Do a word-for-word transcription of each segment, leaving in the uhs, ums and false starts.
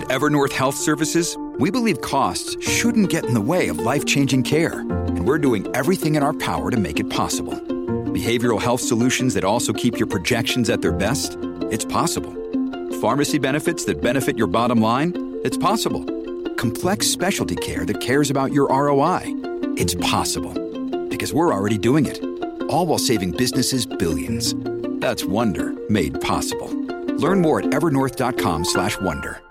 Evernorth Health Services, we believe costs shouldn't get in the way of life-changing care, and we're doing everything in our power to make it possible. Behavioral health solutions that also keep your projections at their best? It's possible. Pharmacy benefits that benefit your bottom line? It's possible. Complex specialty care that cares about your R O I? It's possible. Because we're already doing it. All while saving businesses billions. That's Wonder made possible. Learn more at evernorth.com slash wonder.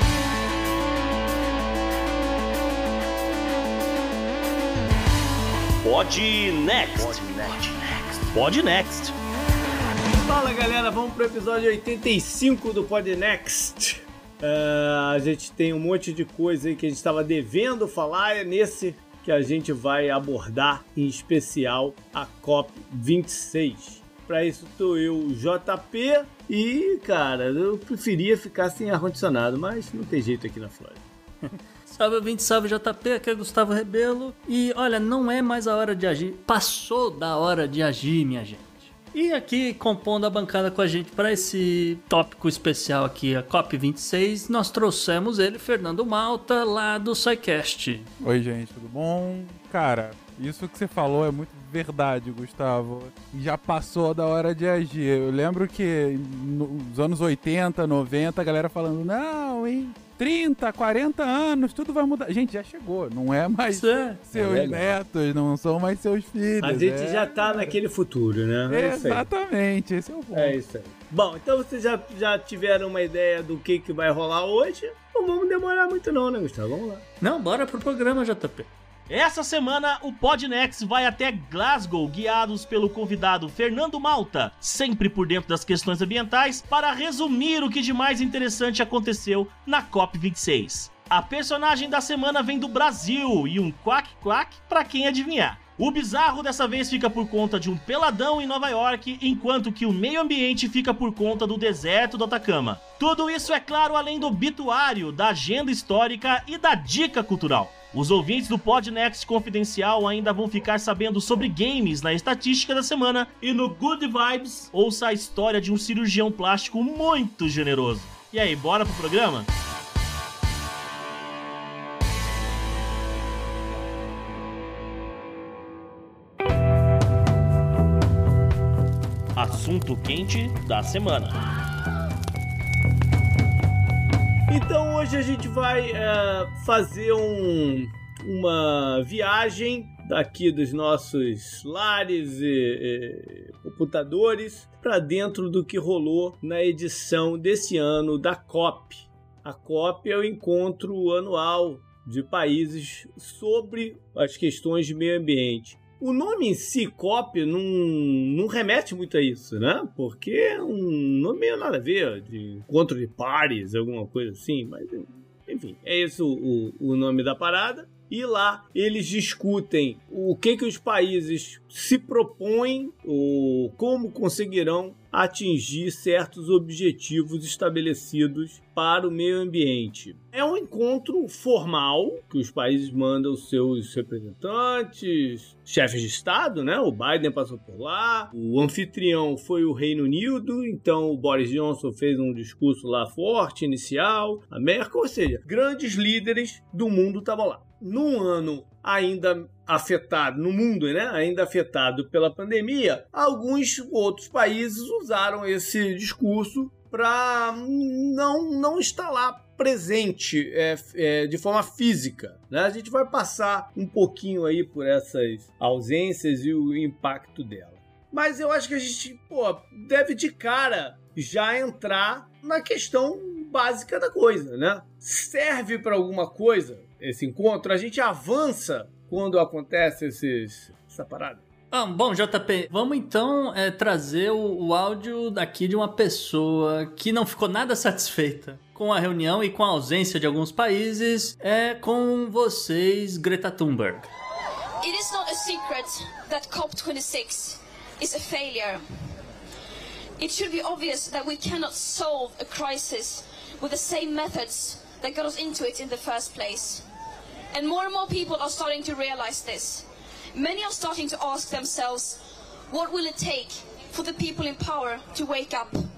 Pod Next. Pod Next. Fala galera, vamos pro episódio oitenta e cinco do Pod Next. Uh, a gente tem um monte de coisa aí que a gente estava devendo falar, é nesse que a gente vai abordar em especial a COP vinte e seis. Para isso tô eu, J P, e cara, eu preferia ficar sem ar-condicionado, mas não tem jeito aqui na Flórida. Salve ouvinte, salve J P, aqui é Gustavo Rebelo. E olha, não é mais a hora de agir, passou da hora de agir, minha gente. E aqui, compondo a bancada com a gente para esse tópico especial aqui, a COP vinte e seis, nós trouxemos ele, Fernando Malta, lá do SciCast. Oi gente, tudo bom? Cara, isso que você falou é muito verdade, Gustavo. Já passou da hora de agir. Eu lembro que nos anos oitenta, noventa, a galera falando, não, hein? trinta, quarenta anos, tudo vai mudar. Gente, já chegou, não é mais é, seus é netos, não são mais seus filhos. A gente é... já tá naquele futuro, né? É exatamente, esse é o ponto. É isso aí. Bom, então vocês já, já tiveram uma ideia do que, que vai rolar hoje? Não vamos demorar muito não, né, Gustavo? Vamos lá. Não, bora pro programa, J P. Essa semana, o Podnext vai até Glasgow, guiados pelo convidado Fernando Malta, sempre por dentro das questões ambientais, para resumir o que de mais interessante aconteceu na COP vinte e seis. A personagem da semana vem do Brasil e um quack-quack para quem adivinhar. O bizarro dessa vez fica por conta de um peladão em Nova York, enquanto que o meio ambiente fica por conta do deserto do Atacama. Tudo isso, é claro, além do obituário, da agenda histórica e da dica cultural. Os ouvintes do Podnext Confidencial ainda vão ficar sabendo sobre games na estatística da semana, e no Good Vibes, ouça a história de um cirurgião plástico muito generoso. E aí, bora pro programa? Assunto quente da semana. Então hoje a gente vai é, fazer um, uma viagem daqui dos nossos lares e, e computadores para dentro do que rolou na edição desse ano da COP. A COP é o encontro anual de países sobre as questões de meio ambiente. O nome em si, COP, não, não remete muito a isso, né? Porque é um nome meio nada a ver, de encontro de pares, alguma coisa assim, mas enfim, é esse o, o, o nome da parada. E lá eles discutem o que, que os países se propõem ou como conseguirão atingir certos objetivos estabelecidos para o meio ambiente. É um encontro formal que os países mandam os seus representantes, chefes de Estado, né? O Biden passou por lá, o anfitrião foi o Reino Unido, então o Boris Johnson fez um discurso lá forte, inicial, a Merkel, ou seja, grandes líderes do mundo estavam lá. Num ano ainda afetado, no mundo, né, ainda afetado pela pandemia, alguns outros países usaram esse discurso para não, não estar lá presente é, é, de forma física, né? A gente vai passar um pouquinho aí por essas ausências e o impacto dela. Mas eu acho que a gente pô, deve de cara já entrar na questão básica da coisa, né? Serve para alguma coisa esse encontro? A gente avança quando acontece esses, essa parada? Ah, bom, J P, vamos então é, trazer o, o áudio daqui de uma pessoa que não ficou nada satisfeita com a reunião e com a ausência de alguns países. É com vocês, Greta Thunberg. It is not a secret that COP twenty-six is a failure. It should be obvious that we cannot solve a crisis with the same methods that got us into it in the first place. And more and more people are starting to realize this. Many are starting to ask themselves, what will it take for the people in power to wake up?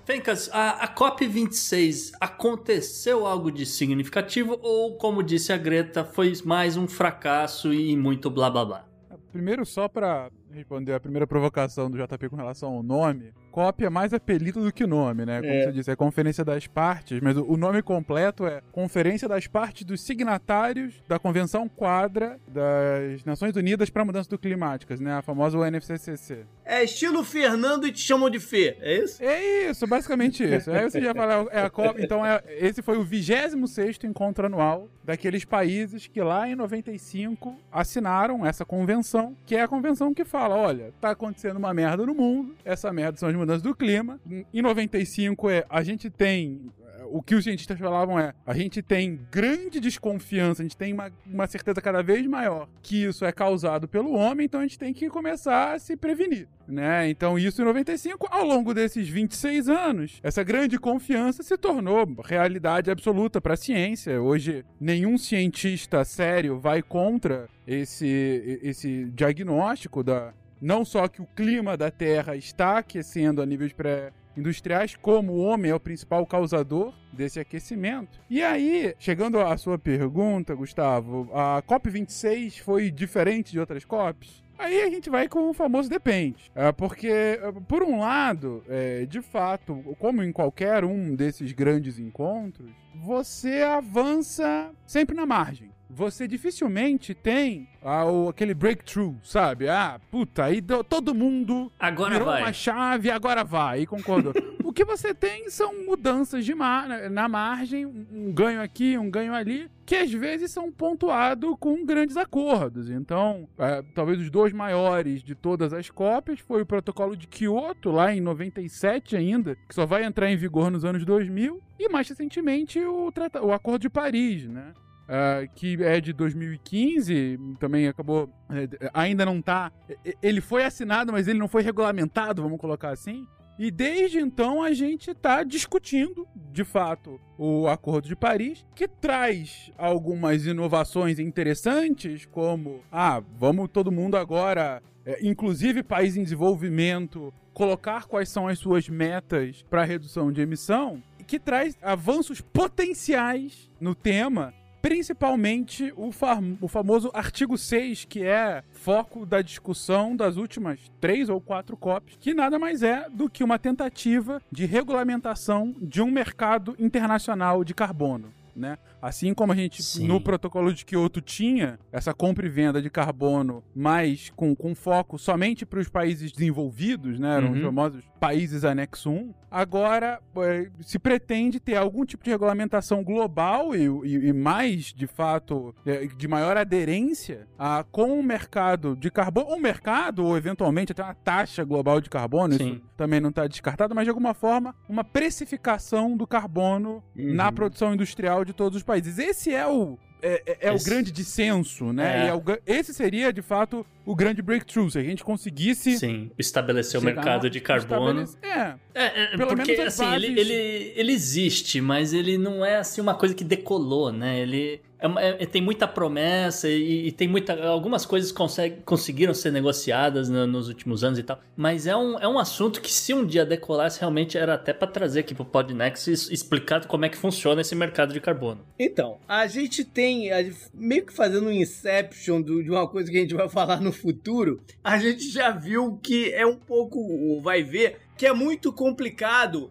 Fencas, a, a COP vinte e seis aconteceu algo de significativo ou, como disse a Greta, foi mais um fracasso e muito blá blá blá? Primeiro, só pra responder a primeira provocação do J P com relação ao nome, COP é mais apelido do que nome, né? Como É. você disse, é Conferência das Partes, mas o nome completo é Conferência das Partes dos Signatários da Convenção Quadra das Nações Unidas para Mudanças do Climáticas, né? A famosa U N F C C C. É estilo Fernando e te chamam de Fê, é isso? É isso, basicamente isso. Aí você já fala, é a COP, então é, esse foi o vigésimo sexto encontro anual daqueles países que lá em noventa e cinco assinaram essa convenção, que é a convenção que fala, olha, tá acontecendo uma merda no mundo, essa merda são as mudanças do clima. Em noventa e cinco é, a gente tem... O que os cientistas falavam é, a gente tem grande desconfiança, a gente tem uma, uma certeza cada vez maior que isso é causado pelo homem, então a gente tem que começar a se prevenir, né? Então isso em noventa e cinco, ao longo desses vinte e seis anos, essa grande confiança se tornou realidade absoluta para a ciência. Hoje, nenhum cientista sério vai contra esse, esse diagnóstico da... Não só que o clima da Terra está aquecendo a níveis pré-industriais, como o homem é o principal causador desse aquecimento. E aí, chegando à sua pergunta, Gustavo, a COP vinte e seis foi diferente de outras COPs? Aí a gente vai com o famoso depende. É, porque, por um lado, é, de fato, como em qualquer um desses grandes encontros, você avança sempre na margem. Você dificilmente tem ah, o, aquele breakthrough, sabe? Ah, puta, aí do, todo mundo Agora virou vai. uma chave, agora vai, e concordou. O que você tem são mudanças de mar, na margem, um ganho aqui, um ganho ali, que às vezes são pontuados com grandes acordos. Então, é, talvez os dois maiores de todas as cópias foi o protocolo de Kyoto, lá em noventa e sete ainda, que só vai entrar em vigor nos anos dois mil, e mais recentemente o, trata- o Acordo de Paris, né? Uh, que é de dois mil e quinze, também acabou, uh, ainda não tá, ele foi assinado, mas ele não foi regulamentado, vamos colocar assim, e desde então a gente tá discutindo, de fato, o Acordo de Paris, que traz algumas inovações interessantes, como, ah, vamos todo mundo agora, é, inclusive país em desenvolvimento, colocar quais são as suas metas para redução de emissão, que traz avanços potenciais no tema, principalmente o, fam- o famoso artigo seis, que é foco da discussão das últimas três ou quatro COPs, que nada mais é do que uma tentativa de regulamentação de um mercado internacional de carbono, né? Assim como a gente, Sim. no protocolo de Kyoto, tinha essa compra e venda de carbono, mas com, com foco somente para os países desenvolvidos, né? Eram Uhum. os famosos países anexo um. Agora, eh, se pretende ter algum tipo de regulamentação global e, e- e mais, de fato, eh, de maior aderência a, com o mercado de carbono, ou mercado, ou eventualmente até uma taxa global de carbono, Sim. isso também não está descartado, mas de alguma forma, uma precificação do carbono Uhum. na produção industrial de todos os países. Esse é o é, é- é Esse- o grande dissenso, né? É. E é o gra- esse seria, de fato, o grande breakthrough. Se a gente conseguisse Sim, estabelecer o chegar- mercado de carbono. estabelecer- É, É, é Pelo porque menos as assim, ele, bases- ele, ele existe, mas ele não é assim uma coisa que decolou, né? Ele é uma- é- tem muita promessa e, e tem muita. Algumas coisas consegue, conseguiram ser negociadas no- nos últimos anos e tal. Mas é um, é um assunto que, se um dia decolasse, realmente era até pra trazer aqui pro Podnext e explicar como é que funciona esse mercado de carbono. Então, a gente tem, a gente meio que fazendo um inception do- de uma coisa que a gente vai falar no futuro, a gente já viu que é um pouco, vai ver, que é muito complicado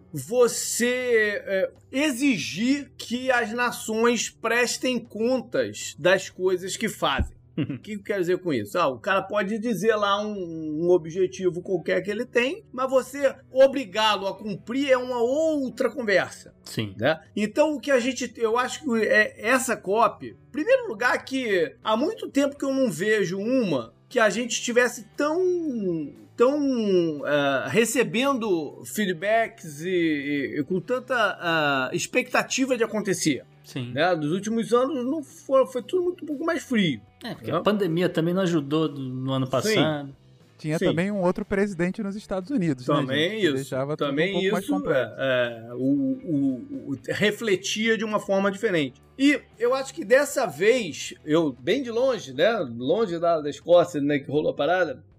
você é, exigir que as nações prestem contas das coisas que fazem. O que eu quero dizer com isso? Ah, o cara pode dizer lá um, um objetivo qualquer que ele tem, mas você obrigá-lo a cumprir é uma outra conversa. Sim. Né? Então o que a gente, eu acho que é essa COP, em primeiro lugar que há muito tempo que eu não vejo uma que a gente estivesse tão tão uh, recebendo feedbacks e, e, e com tanta uh, expectativa de acontecer. Sim. Né? Nos últimos anos não foi, foi tudo muito um pouco mais frio. É, porque Não? a pandemia também não ajudou do- no ano passado. tinha Sim. também um outro presidente nos Estados Unidos, né, Também gente? Que isso. deixava tudo Também um pouco mais isso complexo. é, é, o, o- o- refletia de uma forma diferente. E eu acho que dessa vez, eu bem de longe, né, longe da, da Escócia, né, que rolou a parada,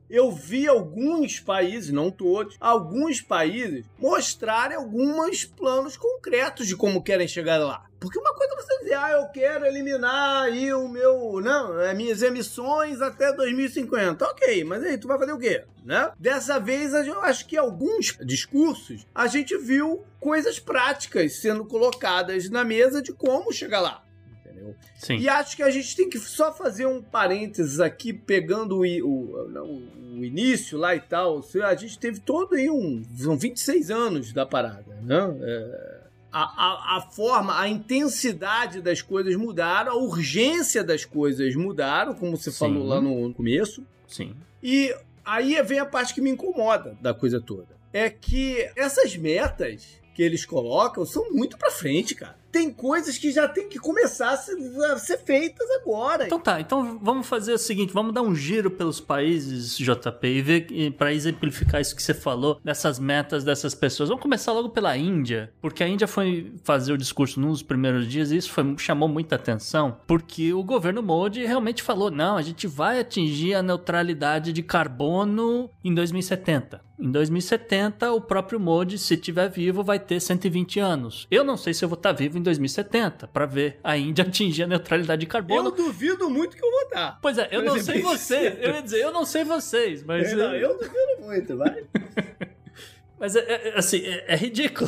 eu vi alguns países, não todos, alguns países mostrarem alguns planos concretos de como querem chegar lá. Porque uma coisa é você dizer, ah, eu quero eliminar aí o meu, não, as minhas emissões até dois mil e cinquenta. Ok, mas aí tu vai fazer o quê? Né? Dessa vez, eu acho que alguns discursos a gente viu coisas práticas sendo colocadas na mesa de como chegar lá. Entendeu? Sim. E acho que a gente tem que só fazer um parênteses aqui, pegando o, o, o início lá e tal. A gente teve todo aí um, são vinte e seis anos da parada, né? É... A, a, a forma, a intensidade das coisas mudaram, a urgência das coisas mudaram, como você Sim. falou lá no começo. Sim. E aí vem a parte que me incomoda da coisa toda. É que essas metas que eles colocam são muito pra frente, cara. Tem coisas que já tem que começar a ser, a ser feitas agora. Então tá, então vamos fazer o seguinte, vamos dar um giro pelos países, J P, e ver, e pra exemplificar isso que você falou, dessas metas dessas pessoas. Vamos começar logo pela Índia, porque a Índia foi fazer o discurso nos primeiros dias e isso foi, chamou muita atenção, porque o governo Modi realmente falou, não, a gente vai atingir a neutralidade de carbono em dois mil e setenta. Em dois mil e setenta, o próprio Modi, se estiver vivo, vai ter cento e vinte anos. Eu não sei se eu vou estar vivo em dois mil e setenta, pra ver a Índia atingir a neutralidade de carbono. Eu duvido muito que eu vou estar. Pois é, eu não sei vocês. Eu ia dizer, eu não sei vocês, mas... Eu, não, eu duvido muito, vai. Mas, é, é, assim, é, é ridículo.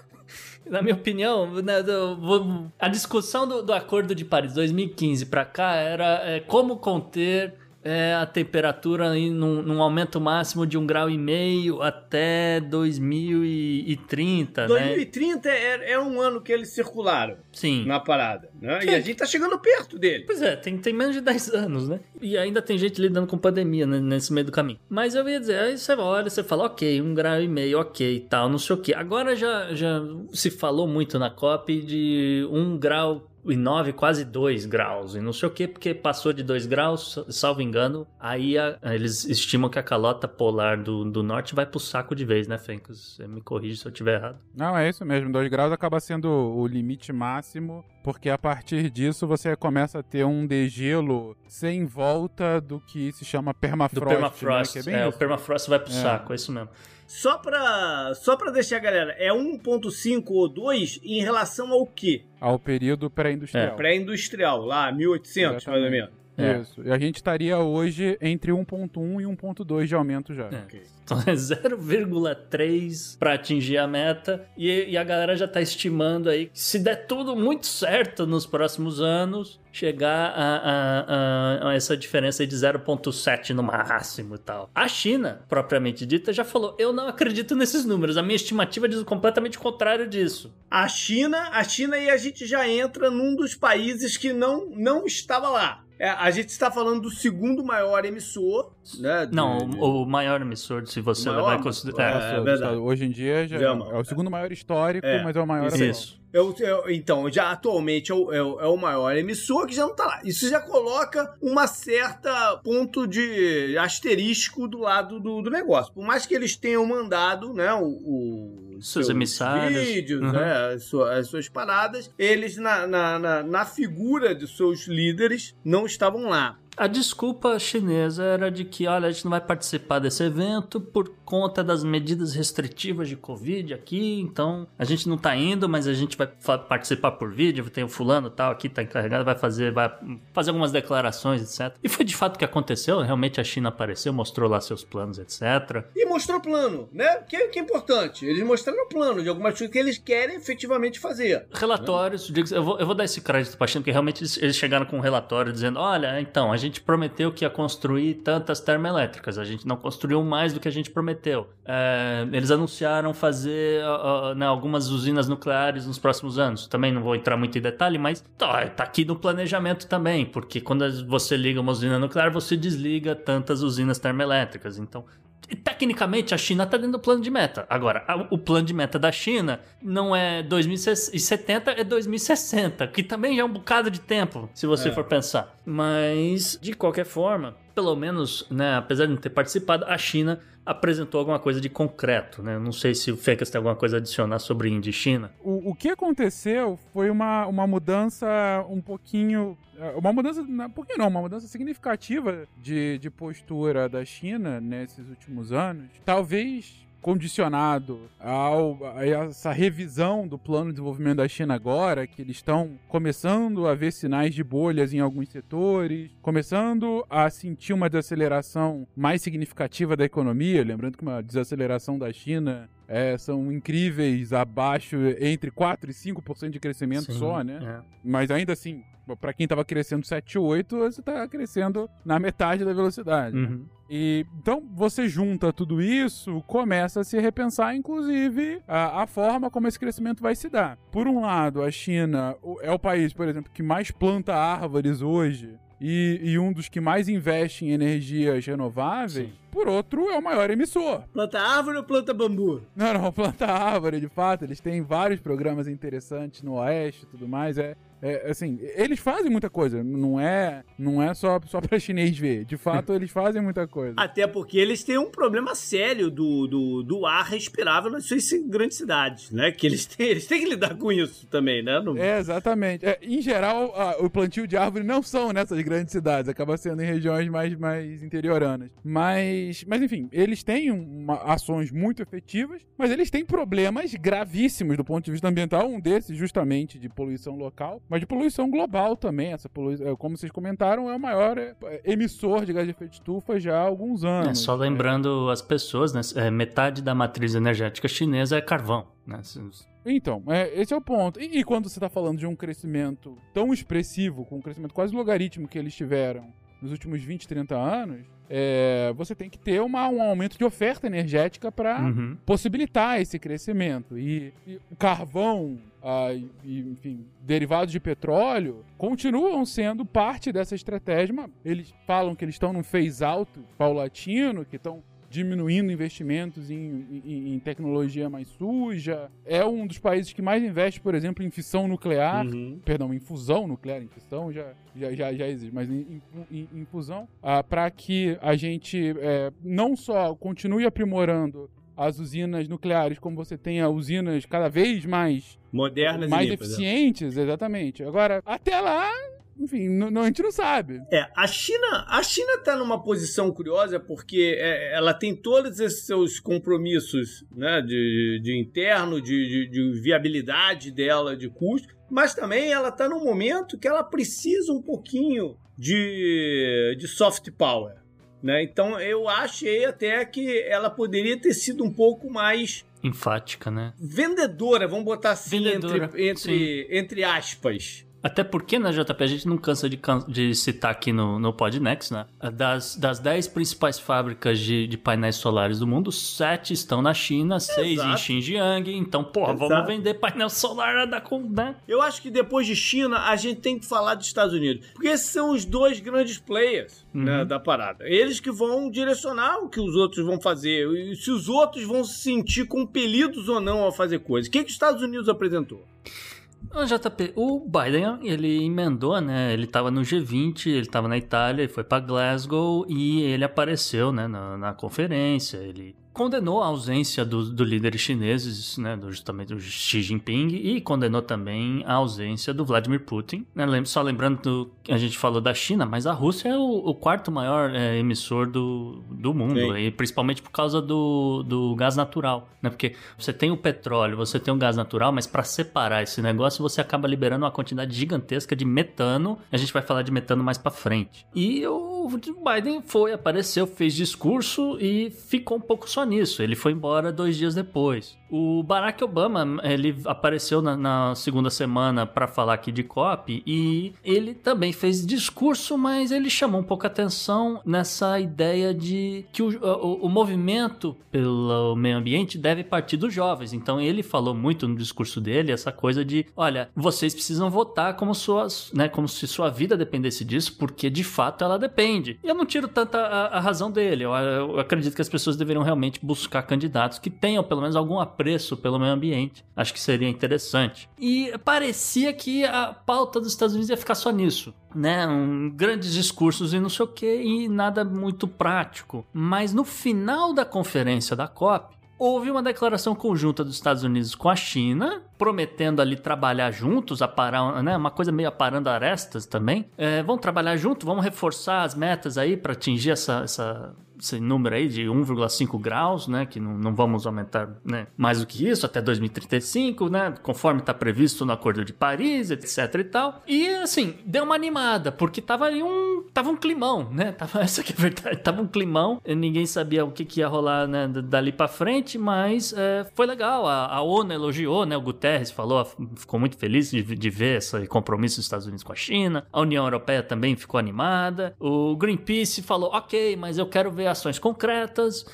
Na minha opinião, né, do, a discussão do, do Acordo de Paris dois mil e quinze pra cá era é, como conter... É a temperatura em, num, num aumento máximo de um grau e meio até dois mil e trinta, dois né? dois mil e trinta é, é um ano que eles circularam. Sim. Na parada, né? E a gente tá chegando perto dele. Pois é, tem, tem menos de dez anos, né? E ainda tem gente lidando com pandemia, né, nesse meio do caminho. Mas eu ia dizer, aí você olha, você fala, ok, um grau e meio, ok, tal, não sei o quê. Agora já, já se falou muito na COP de um grau e nove, quase dois graus, e não sei o que, porque passou de dois graus, salvo engano, aí a, eles estimam que a calota polar do, do norte vai pro saco de vez, né, Fencos? Você me corrige se eu estiver errado. Não, é isso mesmo, dois graus acaba sendo o limite máximo, porque a partir disso você começa a ter um degelo sem volta do que se chama permafrost. Do permafrost, né? Que é, bem é, isso. o permafrost vai pro É. saco, é isso mesmo. Só pra, só pra deixar, galera, é um ponto cinco ou dois em relação ao quê? Ao período pré-industrial. É, Pré-industrial, lá, mil e oitocentos, mais ou menos. É. Isso. E a gente estaria hoje entre um ponto um e um ponto dois de aumento já. É. Ok. Então é zero vírgula três para atingir a meta e, e a galera já tá estimando aí que se der tudo muito certo nos próximos anos, chegar a, a, a, a essa diferença aí de zero vírgula sete no máximo e tal. A China, propriamente dita, já falou, eu não acredito nesses números, a minha estimativa diz completamente o contrário disso. A China, a China e a gente já entra num dos países que não, não estava lá. É, a gente está falando do segundo maior emissor, né? Não, de- o, o maior emissor, se você O maior? levar em consideração. É, Nossa, verdade. hoje em dia já Chama. é o segundo maior histórico, É, mas é o maior isso. atual. Isso. É o- é o- então, já atualmente é o, é o- é o maior emissor que já não está lá. Isso já coloca uma certa ponto de asterisco do lado do, do negócio. Por mais que eles tenham mandado, né, o, o- Seus emissários. vídeos, Uhum. né, as, suas, as suas paradas, eles na, na, na, na figura de seus líderes não estavam lá. A desculpa chinesa era de que, olha, a gente não vai participar desse evento por conta das medidas restritivas de Covid aqui, então a gente não tá indo, mas a gente vai fa- participar por vídeo, tem o fulano tal aqui, tá encarregado, vai fazer, vai fazer algumas declarações, etcétera. E foi de fato o que aconteceu, realmente a China apareceu, mostrou lá seus planos, etcétera. E mostrou plano, né? Que, que é importante. Eles mostraram o plano de algumas coisas que eles querem efetivamente fazer. Relatórios, digo, eu vou, eu vou dar esse crédito pra China, porque realmente eles, eles chegaram com um relatório dizendo, olha, então, a gente prometeu que ia construir tantas termoelétricas, a gente não construiu mais do que a gente prometeu. É, eles anunciaram fazer uh, uh, né, algumas usinas nucleares nos próximos anos, também não vou entrar muito em detalhe, mas tá, tá aqui no planejamento também, porque quando você liga uma usina nuclear, você desliga tantas usinas termoelétricas, então... E, tecnicamente, a China está dentro do plano de meta. Agora, a, o plano de meta da China não é dois mil e setenta, é dois mil e sessenta, que também já é um bocado de tempo, se você É. for pensar. Mas, de qualquer forma, pelo menos, né, apesar de não ter participado, a China apresentou alguma coisa de concreto, né? Não sei se o Fencas tem alguma coisa a adicionar sobre Índia e China. O, o que aconteceu foi uma, uma mudança um pouquinho... Uma mudança, por que não? Uma mudança significativa de, de postura da China nesses últimos anos. Talvez condicionado ao, a essa revisão do plano de desenvolvimento da China agora, que eles estão começando a ver sinais de bolhas em alguns setores, começando a sentir uma desaceleração mais significativa da economia, lembrando que uma desaceleração da China é, são incríveis, abaixo, entre quatro por cento e cinco por cento de crescimento. Sim, só, né? É. Mas ainda assim, para quem estava crescendo sete, oito, você está crescendo na metade da velocidade. Uhum. Né? E, então, você junta tudo isso, começa a se repensar, inclusive, a, a forma como esse crescimento vai se dar. Por um lado, a China é o país, por exemplo, que mais planta árvores hoje e, e um dos que mais investe em energias renováveis. Sim. Por outro, é o maior emissor. Planta árvore ou planta bambu? Não, não, planta árvore, de fato. Eles têm vários programas interessantes no Oeste e tudo mais. É, é, assim, eles fazem muita coisa. Não é, não é só, só pra chinês ver. De fato, eles fazem muita coisa. Até porque eles têm um problema sério do, do, do ar respirável nas suas grandes cidades, né? Que eles têm, eles têm que lidar com isso também, né? No... É, exatamente. É, em geral, a, o plantio de árvore não são nessas grandes cidades. Acaba sendo em regiões mais, mais interioranas. Mas Mas, mas, enfim, eles têm uma, ações muito efetivas, mas eles têm problemas gravíssimos do ponto de vista ambiental. Um desses, justamente, de poluição local, mas de poluição global também. Essa poluição, como vocês comentaram, é o maior emissor de gás de efeito de estufa já há alguns anos. É, só lembrando é. as pessoas, né? É, metade da matriz energética chinesa é carvão, né? Então, é, esse é o ponto. E, e quando você está falando de um crescimento tão expressivo, com um crescimento quase logarítmico que eles tiveram nos últimos vinte, trinta anos, é, você tem que ter uma, um aumento de oferta energética para uhum. possibilitar esse crescimento. E, e o carvão, ah, e, enfim, derivados de petróleo, continuam sendo parte dessa estratégia. Eles falam que eles estão num phase-out paulatino, que estão diminuindo investimentos em, em, em tecnologia mais suja. É um dos países que mais investe, por exemplo, em fissão nuclear. Uhum. Perdão, em fusão nuclear. Em fissão já, já, já, já existe, mas em, em, em fusão. Ah, para que a gente é, não só continue aprimorando as usinas nucleares, como você tenha usinas cada vez mais modernas mais e limpas, eficientes, é. Exatamente. Agora, até lá... Enfim, não, a gente não sabe. É, a China a China está numa posição curiosa porque é, ela tem todos esses seus compromissos, né, de, de interno, de, de, de viabilidade dela, de custo, mas também ela está num momento que ela precisa um pouquinho de, de soft power, né? Então eu achei até que ela poderia ter sido um pouco mais... enfática, né? Vendedora, vamos botar assim, entre, entre, entre aspas. Até porque, né, J P, a gente não cansa de, can- de citar aqui no, no Podnext, né? Das, das dez principais fábricas de, de painéis solares do mundo, sete estão na China, seis em Xinjiang. Então, porra, Exato. vamos vender painel solar da né? Eu acho que depois de China, a gente tem que falar dos Estados Unidos. Porque esses são os dois grandes players, uhum. né, da parada. Eles que vão direcionar o que os outros vão fazer. E se os outros vão se sentir compelidos ou não a fazer coisas. O que, que os Estados Unidos apresentou? O J P, o Biden, ele emendou, né? Ele tava no G vinte, ele tava na Itália, ele foi pra Glasgow e ele apareceu, né, na, na conferência. Ele condenou a ausência dos do líderes chineses, né, do, justamente do Xi Jinping, e condenou também a ausência do Vladimir Putin. Né, só lembrando que a gente falou da China, mas a Rússia é o, o quarto maior é, emissor do, do mundo, e principalmente por causa do, do gás natural, né, porque você tem o petróleo, você tem o gás natural, mas para separar esse negócio você acaba liberando uma quantidade gigantesca de metano. A gente vai falar de metano mais para frente. E o Biden foi, apareceu, fez discurso e ficou um pouco só nisso. Ele foi embora dois dias depois. O Barack Obama, ele apareceu na, na segunda semana para falar aqui de COP e ele também fez discurso, mas ele chamou um pouco a atenção nessa ideia de que o, o, o movimento pelo meio ambiente deve partir dos jovens. Então ele falou muito no discurso dele essa coisa de, olha, vocês precisam votar como, suas, né, como se sua vida dependesse disso, porque de fato ela depende. E eu não tiro tanta a, a razão dele. Eu, eu acredito que as pessoas deveriam realmente buscar candidatos que tenham pelo menos algum apreço pelo meio ambiente. Acho que seria interessante. E parecia que a pauta dos Estados Unidos ia ficar só nisso, né? Um, grandes discursos e não sei o que, e nada muito prático. Mas no final da conferência da COP, houve uma declaração conjunta dos Estados Unidos com a China, prometendo ali trabalhar juntos, aparar, né, uma coisa meio aparando arestas também. É, vamos trabalhar junto, vamos reforçar as metas aí para atingir essa, essa, esse número aí de um vírgula cinco graus, né, que não, não vamos aumentar, né, mais do que isso até dois mil e trinta e cinco, né, conforme está previsto no Acordo de Paris, etc e tal. E assim, deu uma animada, porque tava aí um, tava um climão, né, tava, essa que é a verdade, tava um climão, ninguém sabia o que, que ia rolar, né, dali para frente, mas é, foi legal, a, a ONU elogiou, né, o Guterres falou, ficou muito feliz de, de ver esse compromisso dos Estados Unidos com a China, a União Europeia também ficou animada, o Greenpeace falou, ok, mas eu quero ver ações concretas.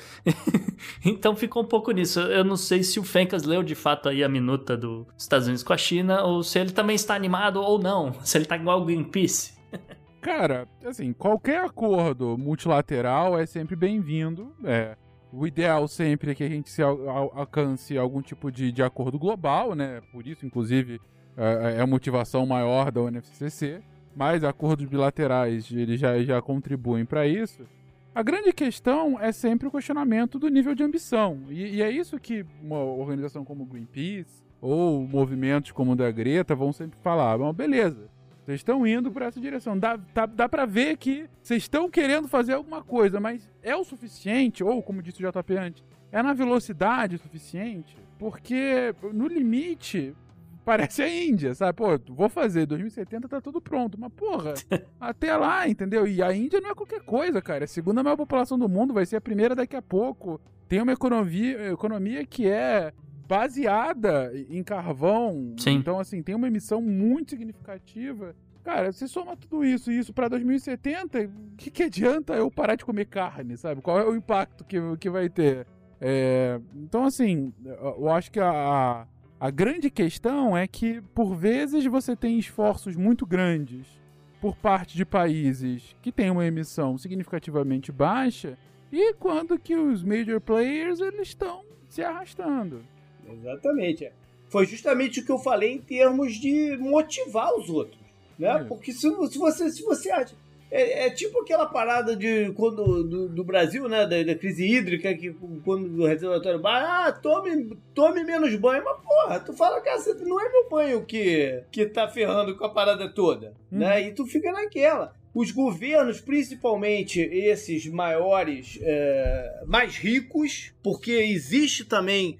Então ficou um pouco nisso. Eu não sei se o Fencas leu de fato aí a minuta dos Estados Unidos com a China, ou se ele também está animado ou não, se ele está igual o Greenpeace. Cara, assim, qualquer acordo multilateral é sempre bem-vindo. É, o ideal sempre é que a gente se al- al- alcance algum tipo de, de acordo global, né? Por isso, inclusive, é, é a motivação maior da U N F C C. Mas acordos bilaterais, eles já, já contribuem para isso. A grande questão é sempre o questionamento do nível de ambição. E, e é isso que uma organização como o Greenpeace ou movimentos como o da Greta vão sempre falar. Bom, beleza, vocês estão indo por essa direção. Dá, dá, dá pra ver que vocês estão querendo fazer alguma coisa, mas é o suficiente? Ou, como disse o J P antes, é na velocidade suficiente? Porque, no limite, parece a Índia, sabe? Pô, vou fazer, dois mil e setenta tá tudo pronto. Mas, porra, até lá, entendeu? E a Índia não é qualquer coisa, cara. É a segunda maior população do mundo, vai ser a primeira daqui a pouco. Tem uma economia, economia que é baseada em carvão. Sim. Então, assim, tem uma emissão muito significativa. Cara, você soma tudo isso e isso pra dois mil e setenta, o que, que adianta eu parar de comer carne, sabe? Qual é o impacto que, que vai ter? É, então, assim, eu acho que a... A grande questão é que, por vezes, você tem esforços muito grandes por parte de países que têm uma emissão significativamente baixa e quando que os major players eles estão se arrastando. Exatamente. Foi justamente o que eu falei em termos de motivar os outros, né? É. Porque se, se, você, se você acha... É, é tipo aquela parada de quando, do, do Brasil, né? Da, da crise hídrica, que quando o reservatório baixa, ah, tome, tome menos banho. Mas, porra, tu fala, cara, não é meu banho que, que tá ferrando com a parada toda, hum. né? E tu fica naquela. Os governos, principalmente esses maiores, é, mais ricos, porque existe também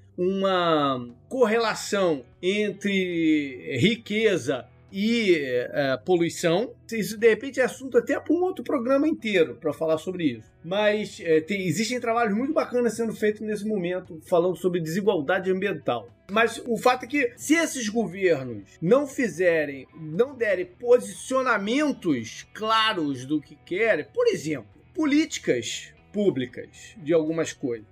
uma correlação entre riqueza e é, poluição. Isso, de repente, é assunto até para um outro programa inteiro para falar sobre isso. Mas é, tem, existem trabalhos muito bacanas sendo feitos nesse momento falando sobre desigualdade ambiental. Mas o fato é que, se esses governos não fizerem, não derem posicionamentos claros do que querem, por exemplo, políticas públicas de algumas coisas.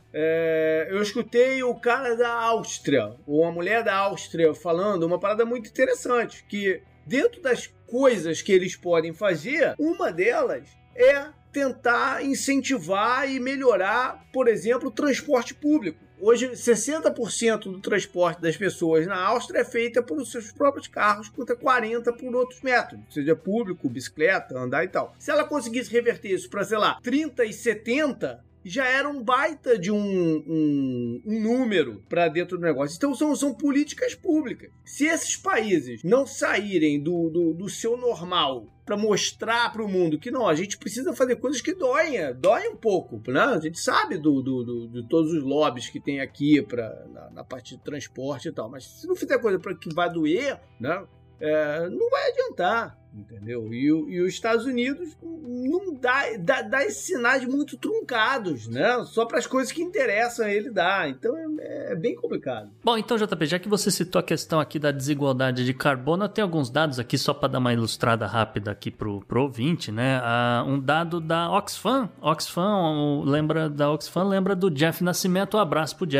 É, eu escutei o cara da Áustria, ou a mulher da Áustria, falando uma parada muito interessante, que dentro das coisas que eles podem fazer, uma delas é tentar incentivar e melhorar, por exemplo, o transporte público. Hoje, sessenta por cento do transporte das pessoas na Áustria é feita por seus próprios carros, contra quarenta por cento por outros métodos, seja público, bicicleta, andar e tal. Se ela conseguisse reverter isso para, sei lá, trinta e setenta, já era um baita de um, um, um número para dentro do negócio. Então são, são políticas públicas. Se esses países não saírem do, do, do seu normal para mostrar para o mundo que não, a gente precisa fazer coisas que doem, doem um pouco, né? A gente sabe do, do, do, de todos os lobbies que tem aqui pra, na, na parte de transporte e tal, mas se não fizer coisa para que vai doer, né? É, não vai adiantar, entendeu? E, e os Estados Unidos não dá, dá, dá esses sinais muito truncados, né? Só para as coisas que interessam a ele dar. Então é, é bem complicado. Bom, então, J P, já que você citou a questão aqui da desigualdade de carbono, eu tenho alguns dados aqui só para dar uma ilustrada rápida aqui pro, pro ouvinte, né? Ah, um dado da Oxfam. Oxfam, lembra da Oxfam, lembra do Jeff Nascimento. Um abraço pro Jeff.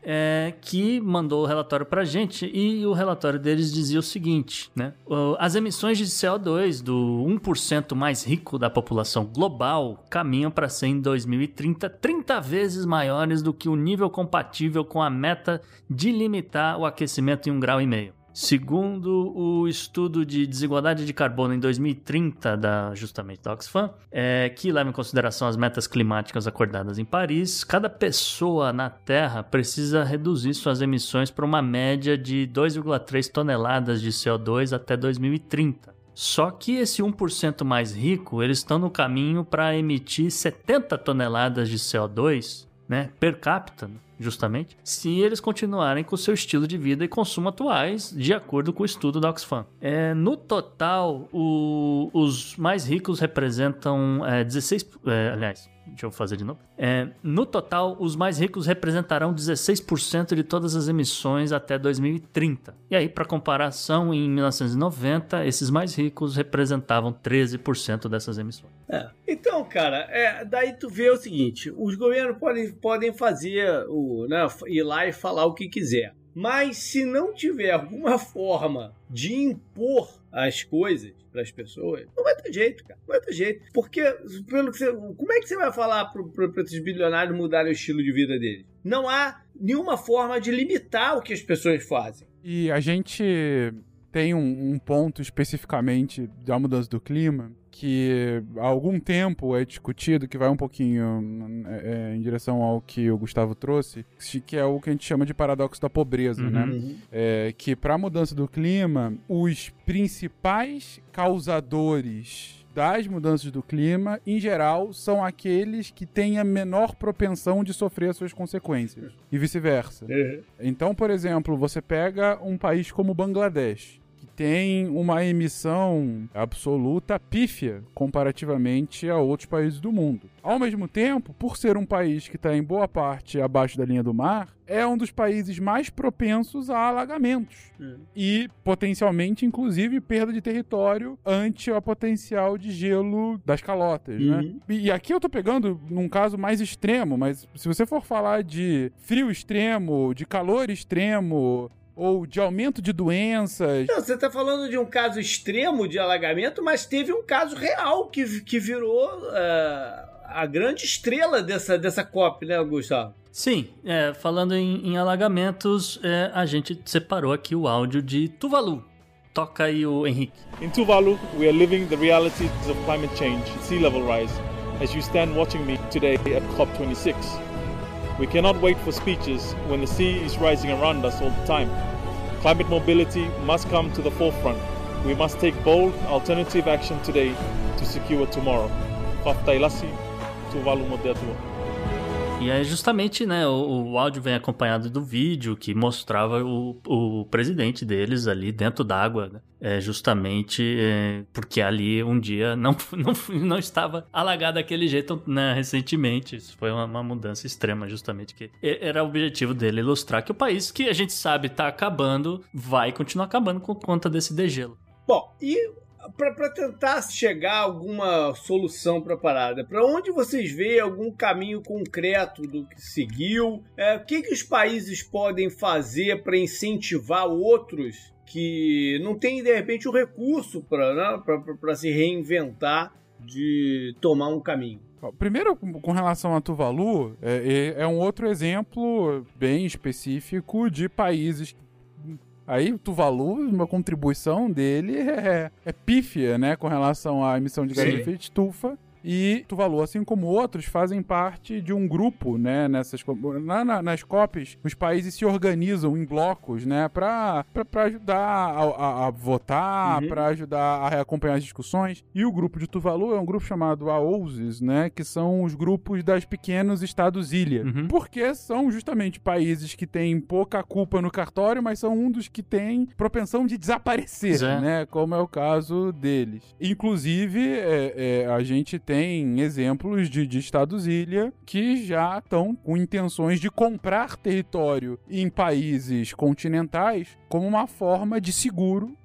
é, que mandou o relatório pra gente, e o relatório deles dizia o seguinte, né? As emissões de C O dois do um por cento mais rico da população global caminham para ser em dois mil e trinta trinta vezes maiores do que o nível compatível com a meta de limitar o aquecimento em um grau e meio. Segundo o estudo de desigualdade de carbono em dois mil e trinta, da, justamente da Oxfam, é, que leva em consideração as metas climáticas acordadas em Paris, cada pessoa na Terra precisa reduzir suas emissões para uma média de dois vírgula três toneladas de C O dois até dois mil e trinta. Só que esse um por cento mais rico, eles estão no caminho para emitir setenta toneladas de C O dois, né, per capita, justamente, se eles continuarem com o seu estilo de vida e consumo atuais, de acordo com o estudo da Oxfam. É, no total, o, os mais ricos representam é, dezesseis... É, aliás, deixa eu fazer de novo. É, no total, os mais ricos representarão dezesseis por cento de todas as emissões até dois mil e trinta. E aí, para comparação, em mil novecentos e noventa, esses mais ricos representavam treze por cento dessas emissões. É. Então, cara, é, daí tu vê o seguinte, os governos podem, podem fazer, o, né, ir lá e falar o que quiser. Mas se não tiver alguma forma de impor as coisas para as pessoas, não vai ter jeito, cara. Não vai ter jeito. Porque, pelo que você, como é que você vai falar para esses bilionários mudarem o estilo de vida deles? Não há nenhuma forma de limitar o que as pessoas fazem. E a gente tem um, um ponto especificamente da mudança do clima que há algum tempo é discutido, que vai um pouquinho é, em direção ao que o Gustavo trouxe, que é o que a gente chama de paradoxo da pobreza, uhum. né? É, que para a mudança do clima, os principais causadores das mudanças do clima, em geral, são aqueles que têm a menor propensão de sofrer as suas consequências, e vice-versa. Uhum. Então, por exemplo, você pega um país como Bangladesh, tem uma emissão absoluta pífia comparativamente a outros países do mundo. Ao mesmo tempo, por ser um país que está em boa parte abaixo da linha do mar, é um dos países mais propensos a alagamentos. Hum. E, potencialmente, inclusive, perda de território ante o potencial de gelo das calotas, uhum. né? E aqui eu tô pegando num caso mais extremo, mas se você for falar de frio extremo, de calor extremo, ou de aumento de doenças... Não, você está falando de um caso extremo de alagamento, mas teve um caso real que, que virou uh, a grande estrela dessa, dessa COP, né, Gustavo? Sim, é, falando em, em alagamentos, é, a gente separou aqui o áudio de Tuvalu. Toca aí o Henrique. In Tuvalu, we are living the realities of climate change, sea level rise, as you stand watching me today at COP twenty-six. We cannot wait for speeches when the sea is rising around us all the time. Climate mobility must come to the forefront. We must take bold, alternative action today to secure tomorrow. Faftailasi, Tuvalu Modetua. E é justamente, né, o, o áudio vem acompanhado do vídeo que mostrava o, o presidente deles ali dentro d'água, né? É justamente é, porque ali um dia não, não, não estava alagado daquele jeito, né, recentemente. Isso foi uma, uma mudança extrema, justamente, que era o objetivo dele, ilustrar que o país que a gente sabe está acabando, vai continuar acabando por conta desse degelo. Bom, e... para tentar chegar a alguma solução para a parada, para onde vocês veem algum caminho concreto do que seguiu? É, o que, que os países podem fazer para incentivar outros que não têm, de repente, o recurso para, né, para se reinventar, de tomar um caminho? Primeiro, com relação a Tuvalu, é, é um outro exemplo bem específico de países que aí o Tuvalu, uma contribuição dele é, é pífia, né, com relação à emissão de gás de efeito de estufa. E Tuvalu, assim como outros, fazem parte de um grupo, né, nessas, na, na, nas COPs, os países se organizam em blocos, né, para ajudar a, a, a votar, uhum. para ajudar a acompanhar as discussões. E o grupo de Tuvalu é um grupo chamado A O S I S, né, que são os grupos das pequenos estados-ilha. Uhum. Porque são justamente países que têm pouca culpa no cartório, mas são um dos que têm propensão de desaparecer, é. né, como é o caso deles. Inclusive, é, é, a gente tem Tem exemplos de, de estados-ilha que já estão com intenções de comprar território em países continentais como uma forma de seguro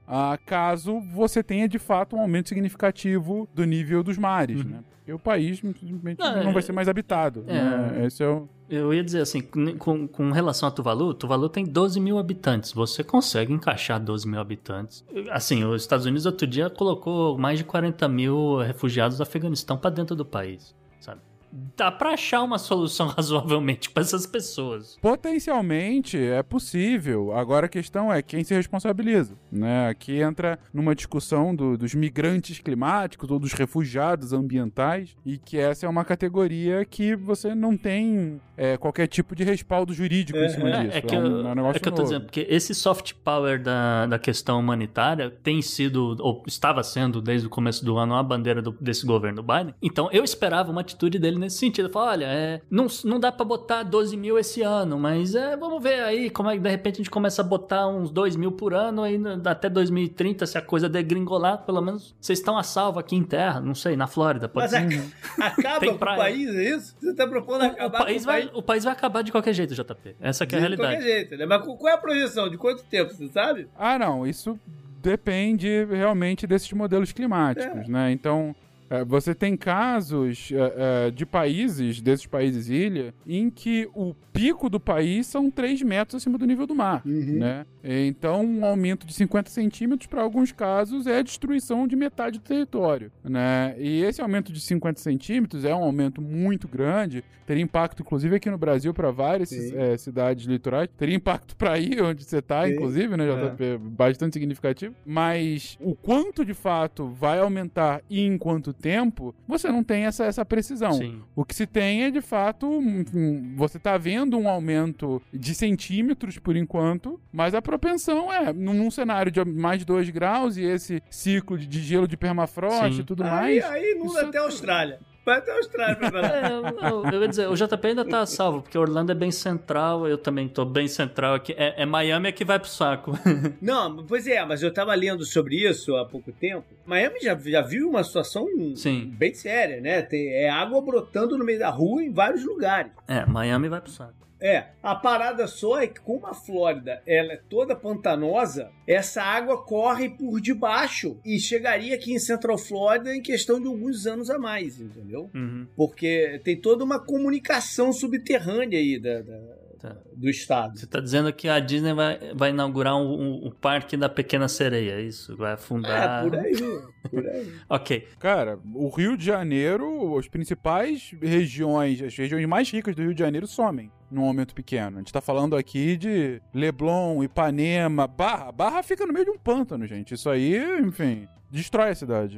ah, caso você tenha de fato um aumento significativo do nível dos mares, uhum. né? Porque o país simplesmente não, não vai ser mais habitado. É, né? Esse é o... Eu ia dizer assim, com, com relação a Tuvalu, Tuvalu tem doze mil habitantes. Você consegue encaixar doze mil habitantes. Assim, os Estados Unidos outro dia colocou mais de quarenta mil refugiados do Afeganistão para dentro do país, sabe? Dá pra achar uma solução razoavelmente para essas pessoas. Potencialmente é possível. Agora a questão é quem se responsabiliza, né? Aqui entra numa discussão do, dos migrantes climáticos ou dos refugiados ambientais, e que essa é uma categoria que você não tem é, qualquer tipo de respaldo jurídico é, em cima é, disso. É que, é um, eu, é um negócio é que eu tô novo. dizendo, porque esse soft power da, da questão humanitária tem sido, ou estava sendo desde o começo do ano, a bandeira do, desse governo Biden. Então eu esperava uma atitude dele nesse sentido. Falar, olha, é, não, não dá pra botar doze mil esse ano, mas é, vamos ver aí como é que de repente a gente começa a botar uns dois mil por ano aí até dois mil e trinta, se a coisa degringolar, pelo menos vocês estão a salvo aqui em terra, não sei, na Flórida, pode mas ser. Mas acaba com o país, é isso? Você tá propondo acabar o país com o vai, país? O país vai acabar de qualquer jeito, J P. Essa que é a de realidade. De qualquer jeito, né? Mas qual é a projeção? De quanto tempo, você sabe? Ah, não, isso depende realmente desses modelos climáticos, é. né? Então... Você tem casos uh, uh, de países, desses países ilha, em que o pico do país são três metros acima do nível do mar, uhum. né? Então, um aumento de cinquenta centímetros, para alguns casos, é a destruição de metade do território, né? E esse aumento de cinquenta centímetros é um aumento muito grande, teria impacto, inclusive, aqui no Brasil, para várias é, cidades litorais, teria impacto para aí onde você está, inclusive, né, J P? É. Bastante significativo, mas o quanto, de fato, vai aumentar e em quanto tempo, você não tem essa, essa precisão. Sim. O que se tem é, de fato, um, um, você está vendo um aumento de centímetros por enquanto, mas a propensão é, num, num cenário de mais de dois graus e esse ciclo de, de gelo de permafrost Sim. e tudo aí, mais... Aí inunda até a Austrália. Vai até a Austrália pra falar. É, eu, eu ia dizer, o J P ainda tá salvo, porque Orlando é bem central, eu também tô bem central aqui. É, é Miami é que vai pro saco. Não, pois é, mas eu tava lendo sobre isso há pouco tempo. Miami já, já viu uma situação Sim. bem séria, né? Tem, é água brotando no meio da rua em vários lugares. É, Miami vai pro saco. É, a parada só é que como a Flórida ela é toda pantanosa, essa água corre por debaixo e chegaria aqui em Central Florida em questão de alguns anos a mais, entendeu? Uhum. Porque tem toda uma comunicação subterrânea aí da, da, tá. do estado. Você tá dizendo que a Disney vai, vai inaugurar o um, um, um parque da Pequena Sereia, é isso? Vai afundar... É, por aí, por aí. Ok. Cara, o Rio de Janeiro, as principais regiões, as regiões mais ricas do Rio de Janeiro somem num aumento pequeno. A gente tá falando aqui de Leblon, Ipanema, Barra. Barra fica no meio de um pântano, gente. Isso aí, enfim, destrói a cidade.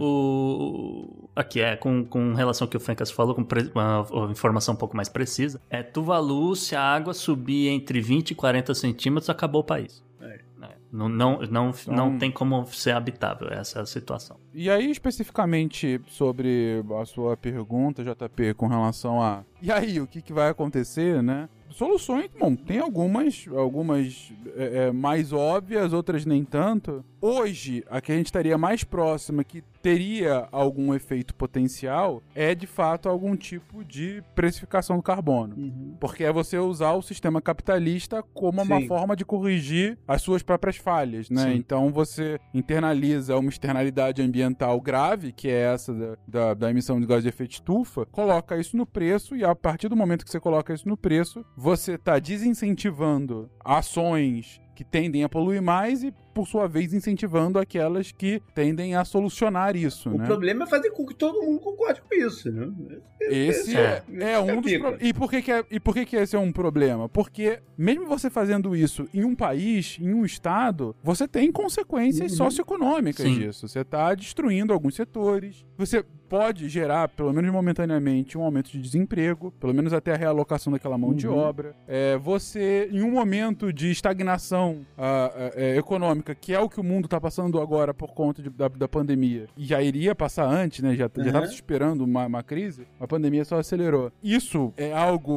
O... Aqui é, com, com relação ao que o Fencas falou, com pre... uma, uma informação um pouco mais precisa, é Tuvalu, se a água subir entre vinte e quarenta centímetros, acabou o país. É. É. Não, não, não, então... não tem como ser habitável, essa é a situação. E aí, especificamente sobre a sua pergunta, J P, com relação a... E aí, o que, que vai acontecer, né? Soluções, bom, tem algumas, algumas é, é, mais óbvias, outras nem tanto. Hoje, a que a gente estaria mais próxima, que teria algum efeito potencial, é de fato algum tipo de precificação do carbono. Uhum. Porque é você usar o sistema capitalista como Sim. uma forma de corrigir as suas próprias falhas, né? Sim. Então você internaliza uma externalidade ambiental grave, que é essa da, da, da emissão de gás de efeito estufa, coloca isso no preço e a partir do momento que você coloca isso no preço, você está desincentivando ações que tendem a poluir mais e, por sua vez, incentivando aquelas que tendem a solucionar isso, o né? problema é fazer com que todo mundo concorde com isso, né? Esse, esse é, é, é um dos problemas. E por que que é, e por que que esse é um problema? Porque, mesmo você fazendo isso em um país, em um estado, você tem consequências uhum. socioeconômicas Sim. disso. Você está destruindo alguns setores, você pode gerar, pelo menos momentaneamente, um aumento de desemprego, pelo menos até a realocação daquela mão uhum. de obra. É, você, em um momento de estagnação uh, uh, econômica, que é o que o mundo está passando agora por conta de, da, da pandemia, e já iria passar antes, né? Já estava uhum. se esperando uma, uma crise, a pandemia só acelerou. Isso é algo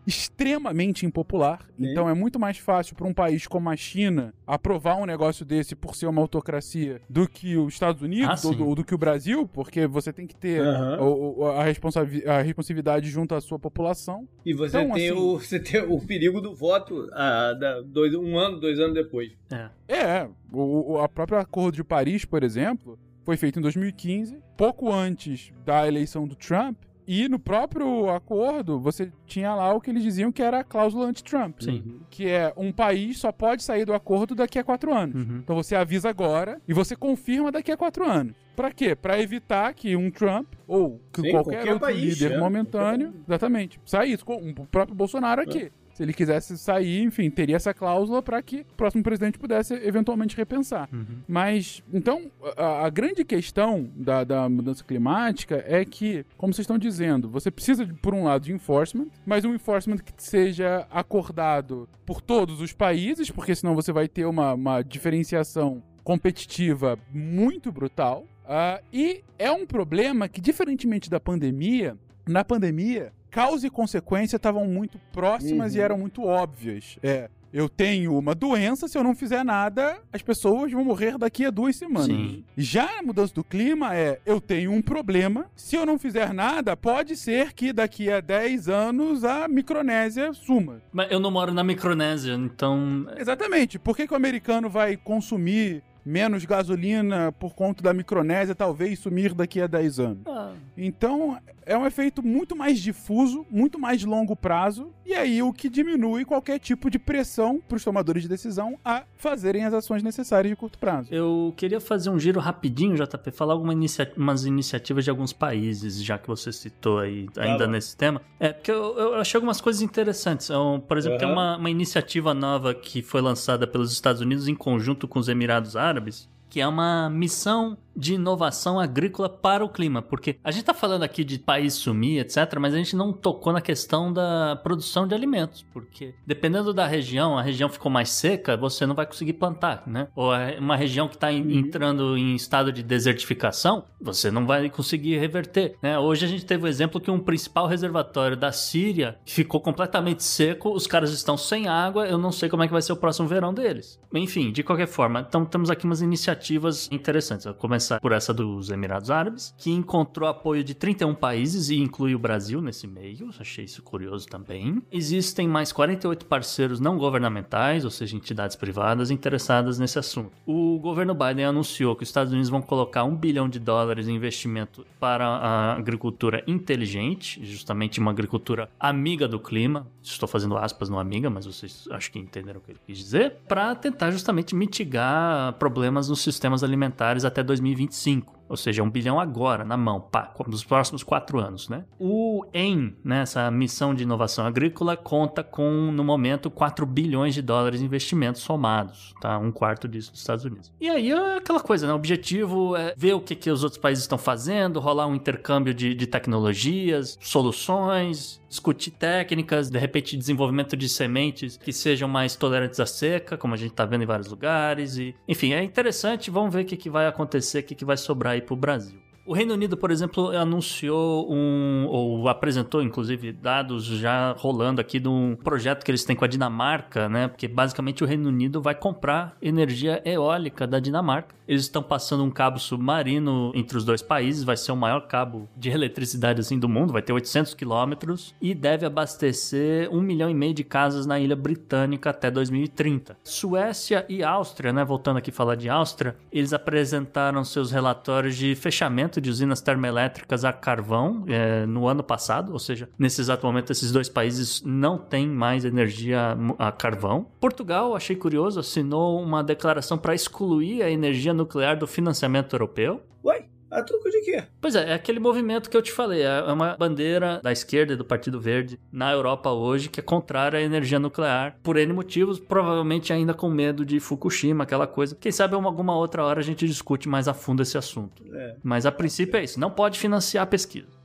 extremamente impopular. Sim. Então é muito mais fácil para um país como a China aprovar um negócio desse por ser uma autocracia do que os Estados Unidos Ah, ou, sim. do, ou do que o Brasil, porque você tem que ter Aham. o- o- a, responsavi- a responsividade junto à sua população. E você, Então, tem, assim- o, você tem o perigo do voto ah, da, dois, um ano, dois anos depois. É. É, o, o a próprio Acordo de Paris, por exemplo, foi feito em dois mil e quinze, pouco antes da eleição do Trump, e no próprio acordo você tinha lá o que eles diziam que era a cláusula anti-Trump. Sim. Que é um país só pode sair do acordo daqui a quatro anos. Uhum. Então você avisa agora e você confirma daqui a quatro anos. Pra quê? Pra evitar que um Trump ou que Sim, qualquer, qualquer outro país, líder é, momentâneo, qualquer- exatamente, saísse. Com o próprio Bolsonaro aqui. Se ele quisesse sair, enfim, teria essa cláusula para que o próximo presidente pudesse eventualmente repensar. Uhum. Mas, então, a, a grande questão da, da mudança climática é que, como vocês estão dizendo, você precisa, de, por um lado, de enforcement, mas um enforcement que seja acordado por todos os países, porque senão você vai ter uma, uma diferenciação competitiva muito brutal. Uh, e é um problema que, diferentemente da pandemia, na pandemia, causa e consequência estavam muito próximas Uhum. e eram muito óbvias. É, eu tenho uma doença, se eu não fizer nada, as pessoas vão morrer daqui a duas semanas. Sim. Já a mudança do clima é, eu tenho um problema, se eu não fizer nada, pode ser que daqui a dez anos a Micronésia suma. Mas eu não moro na Micronésia, então... Exatamente. Por que, que o americano vai consumir menos gasolina por conta da Micronésia talvez sumir daqui a dez anos? Ah, Então, é um efeito muito mais difuso, muito mais de longo prazo, e aí o que diminui qualquer tipo de pressão para os tomadores de decisão a fazerem as ações necessárias de curto prazo. eu queria fazer um giro rapidinho, J P, falar algumas inicia- umas iniciativas de alguns países, já que você citou aí ainda bom. nesse tema. É, porque eu, eu achei algumas coisas interessantes. Então, por exemplo, tem Aham. uma, uma iniciativa nova que foi lançada pelos Estados Unidos em conjunto com os Emirados Árabes, que é uma missão de inovação agrícola para o clima, porque a gente tá falando aqui de país sumir, etcétera, mas a gente não tocou na questão da produção de alimentos, porque dependendo da região, a região ficou mais seca, você não vai conseguir plantar, né? Ou é uma região que está entrando em estado de desertificação, você não vai conseguir reverter, né? Hoje a gente teve o exemplo que um principal reservatório da Síria ficou completamente seco, os caras estão sem água, eu não sei como é que vai ser o próximo verão deles. Enfim, de qualquer forma, então temos aqui umas iniciativas interessantes. Eu começar por essa dos Emirados Árabes, que encontrou apoio de trinta e um países e inclui o Brasil nesse meio. Achei isso curioso também. Existem mais quarenta e oito parceiros não governamentais, ou seja, entidades privadas interessadas nesse assunto. O governo Biden anunciou que os Estados Unidos vão colocar um bilhão de dólares em investimento para a agricultura inteligente, justamente uma agricultura amiga do clima. Estou fazendo aspas no amiga, mas vocês acho que entenderam o que ele quis dizer, para tentar justamente mitigar problemas nos sistemas alimentares até dois mil e vinte e cinco. Ou seja, um bilhão agora, na mão, pá, nos próximos quatro anos, né? O E M, né, essa missão de inovação agrícola, conta com, no momento, quatro bilhões de dólares de investimentos somados, tá? Um quarto disso dos Estados Unidos. E aí é aquela coisa, né? O objetivo é ver o que, que os outros países estão fazendo, rolar um intercâmbio de, de tecnologias, soluções, discutir técnicas, de repente desenvolvimento de sementes que sejam mais tolerantes à seca, como a gente está vendo em vários lugares. E, enfim, é interessante, vamos ver o que, que vai acontecer, o que, que vai sobrar aí para o Brasil. O Reino Unido, por exemplo, anunciou um, ou apresentou, inclusive, dados já rolando aqui de um projeto que eles têm com a Dinamarca, né? Porque basicamente o Reino Unido vai comprar energia eólica da Dinamarca. Eles estão passando um cabo submarino entre os dois países, vai ser o maior cabo de eletricidade assim do mundo, vai ter oitocentos quilômetros e deve abastecer um milhão e meio de casas na ilha britânica até dois mil e trinta. Suécia e Áustria, né? Voltando aqui a falar de Áustria, eles apresentaram seus relatórios de fechamento de usinas termoelétricas a carvão é, no ano passado, ou seja, nesse exato momento esses dois países não têm mais energia a carvão. Portugal, achei curioso, assinou uma declaração para excluir a energia nuclear do financiamento europeu. Ué? A troco de quê? Pois é, é aquele movimento que eu te falei, é uma bandeira da esquerda e do Partido Verde na Europa hoje que é contrária à energia nuclear, por N motivos, provavelmente ainda com medo de Fukushima, aquela coisa. Quem sabe alguma outra hora a gente discute mais a fundo esse assunto. É. Mas a princípio é isso, não pode financiar a pesquisa.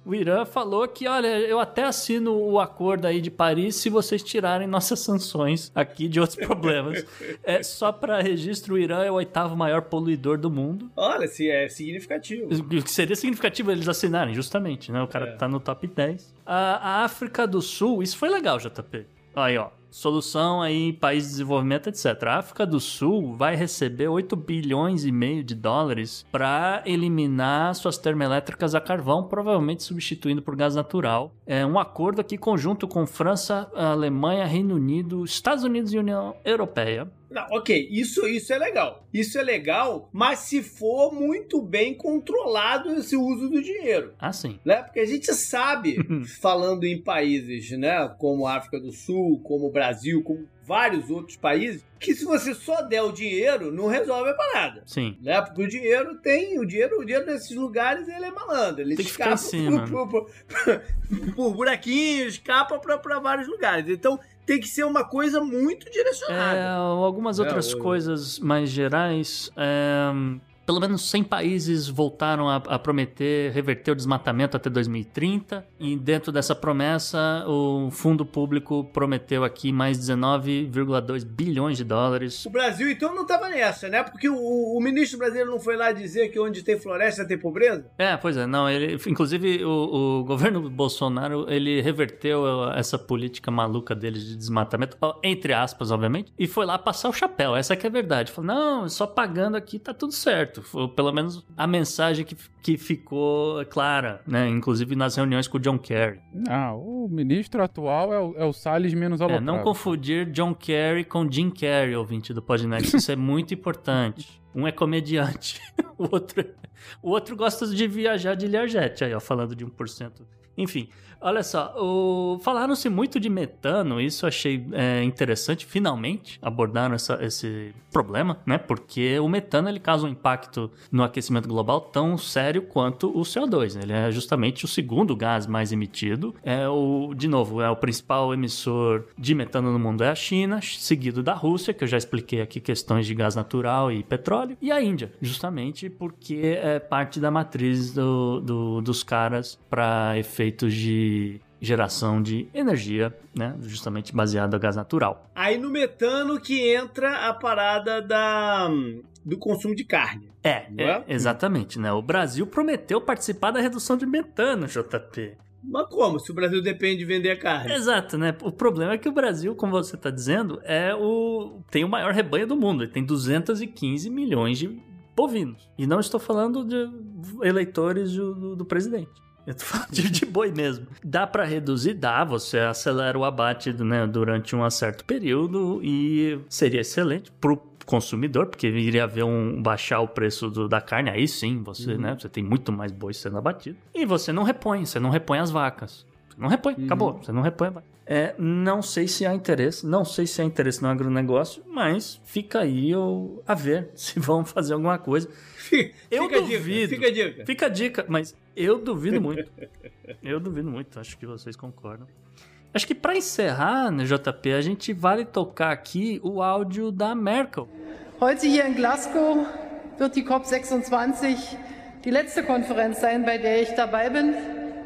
O Irã falou que, olha, eu até assino o acordo aí de Paris se vocês tirarem nossas sanções aqui de outros problemas. É, só para registro, o Irã é o oitavo maior poluidor do mundo. Olha, se é significativo. O que seria significativo eles assinarem, justamente, né? O cara é. tá no top dez. A, a África do Sul, isso foi legal, J P. Aí, ó. Solução aí em países de desenvolvimento, etcétera. A África do Sul vai receber oito bilhões e meio de dólares para eliminar suas termoelétricas a carvão, provavelmente substituindo por gás natural. É um acordo aqui conjunto com França, Alemanha, Reino Unido, Estados Unidos e União Europeia. Não, ok, isso, isso é legal. Isso é legal, mas se for muito bem controlado esse uso do dinheiro. Ah, sim. Né? Porque a gente sabe, falando em países, né, como a África do Sul, como o Brasil, como vários outros países, que se você só der o dinheiro, não resolve a parada. Sim. Né? Porque o dinheiro tem, o dinheiro, o dinheiro nesses lugares, ele é malandro. Ele tem que escapa ficar em cima. por, por, por, por buraquinhos, escapa para vários lugares. Então, tem que ser uma coisa muito direcionada. É, algumas outras é, coisas mais gerais. É, pelo menos cem países voltaram a, a prometer reverter o desmatamento até dois mil e trinta. E dentro dessa promessa, o fundo público prometeu aqui mais dezenove vírgula dois bilhões de dólares. O Brasil, então, não estava nessa, né? Porque o, o ministro brasileiro não foi lá dizer que onde tem floresta tem pobreza? É, pois é. Não, ele, inclusive, o, o governo Bolsonaro, ele reverteu essa política maluca deles de desmatamento, entre aspas, obviamente, e foi lá passar o chapéu. Essa que é a verdade. Falou, não, só pagando aqui tá tudo certo. Foi, pelo menos a mensagem que, que ficou clara, né? Inclusive nas reuniões com o John Kerry. Ah, o ministro atual é o, é o Salles menos aloprado. É, não confundir John Kerry com Jim Carrey, ouvinte do Podnext. Isso é muito importante. Um é comediante, o outro, o outro gosta de viajar de Learjet, aí ó, falando de um por cento. Enfim, olha só, o... falaram-se muito de metano, isso eu achei é, interessante, finalmente abordaram essa, esse problema, né? Porque o metano ele causa um impacto no aquecimento global tão sério quanto o C O dois, né? Ele é justamente o segundo gás mais emitido, é o, de novo, é o principal emissor de metano no mundo é a China, seguido da Rússia, que eu já expliquei aqui questões de gás natural e petróleo, e a Índia, justamente porque é parte da matriz do, do, dos caras para efeitos de geração de energia, né, justamente baseado no gás natural. Aí no metano que entra a parada da, do consumo de carne. É, é, é, exatamente, né? O Brasil prometeu participar da redução de metano, J P. Mas como? Se o Brasil depende de vender carne. Exato, né? O problema é que o Brasil, como você está dizendo, é o tem o maior rebanho do mundo. Ele tem duzentos e quinze milhões de bovinos. E não estou falando de eleitores do, do, do presidente. Eu tô falando de, de boi mesmo. Dá pra reduzir? Dá. Você acelera o abate, né, durante um certo período e seria excelente pro consumidor, porque iria haver um baixar o preço do, da carne. Aí sim, você, uhum. né, você tem muito mais boi sendo abatido. E você não repõe, você não repõe as vacas. Você não repõe, uhum. acabou. Você não repõe a vaca. É, não sei se há interesse, não sei se há interesse no agronegócio, mas fica aí eu, a ver se vão fazer alguma coisa. Eu fica duvido. A dica, fica a dica. Fica a dica, mas eu duvido muito. Eu duvido muito, acho que vocês concordam. Acho que para encerrar, né, J P, a gente vale tocar aqui o áudio da Merkel. Heute hier em Glasgow wird die COP sechsundzwanzig die letzte Konferenz sein, bei der ich dabei bin.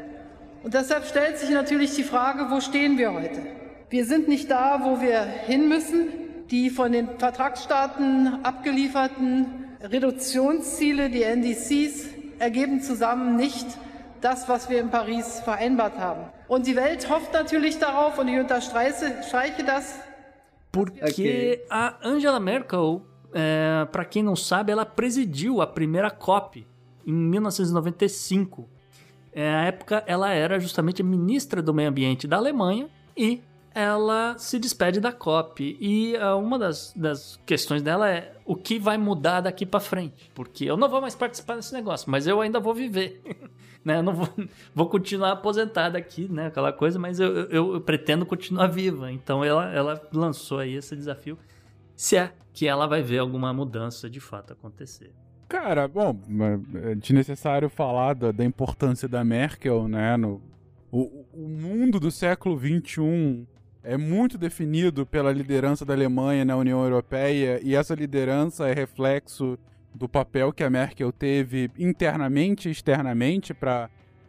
Und deshalb stellt sich natürlich die Frage, wo stehen wir heute? Wir sind nicht da, wo wir hin müssen. Die von den Vertragsstaaten abgelieferten Reduktionsziele, die N D Cs, ergeben zusammen nicht das, was wir in Paris vereinbart haben. Und die Welt hofft natürlich darauf, und ich unterstreiche das. Porque okay. a Angela Merkel, é, para quem não sabe, ela presidiu a primeira COP em mil novecentos e noventa e cinco. É, na época, ela era justamente a ministra do Meio Ambiente da Alemanha e ela se despede da COP. E uh, uma das, das questões dela é o que vai mudar daqui para frente. Porque eu não vou mais participar desse negócio, mas eu ainda vou viver. né? Eu não vou, vou continuar aposentada aqui, né? Aquela coisa, mas eu, eu, eu pretendo continuar viva. Então ela, ela lançou aí esse desafio, se é que ela vai ver alguma mudança de fato acontecer. Cara, bom, é desnecessário falar da, da importância da Merkel, né? No, o, o mundo do século vinte e um é muito definido pela liderança da Alemanha na União Europeia, e essa liderança é reflexo do papel que a Merkel teve internamente e externamente para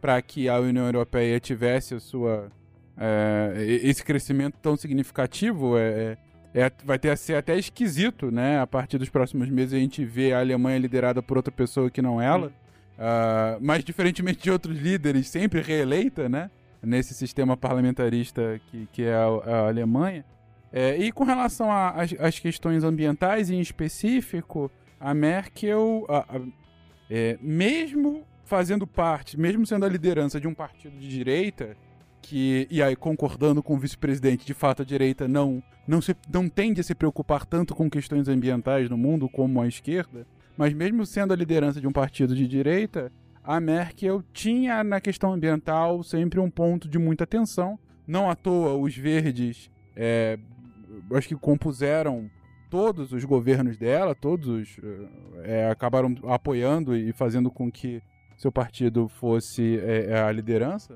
para que a União Europeia tivesse a sua, é, esse crescimento tão significativo. É, é, vai ter a ser até esquisito, né? A partir dos próximos meses a gente vê a Alemanha liderada por outra pessoa que não ela. Uh, mas diferentemente de outros líderes, sempre reeleita, né? Nesse sistema parlamentarista que, que é a, a Alemanha. É, e com relação às questões ambientais, em específico, a Merkel, a, a, é, mesmo fazendo parte, mesmo sendo a liderança de um partido de direita, que, e aí concordando com o vice-presidente, de fato a direita não, não, se, não tende a se preocupar tanto com questões ambientais no mundo como a esquerda, mas mesmo sendo a liderança de um partido de direita, a Merkel tinha na questão ambiental sempre um ponto de muita atenção. Não à toa os verdes... É, acho que compuseram todos os governos dela, todos é, acabaram apoiando e fazendo com que seu partido fosse é, a liderança.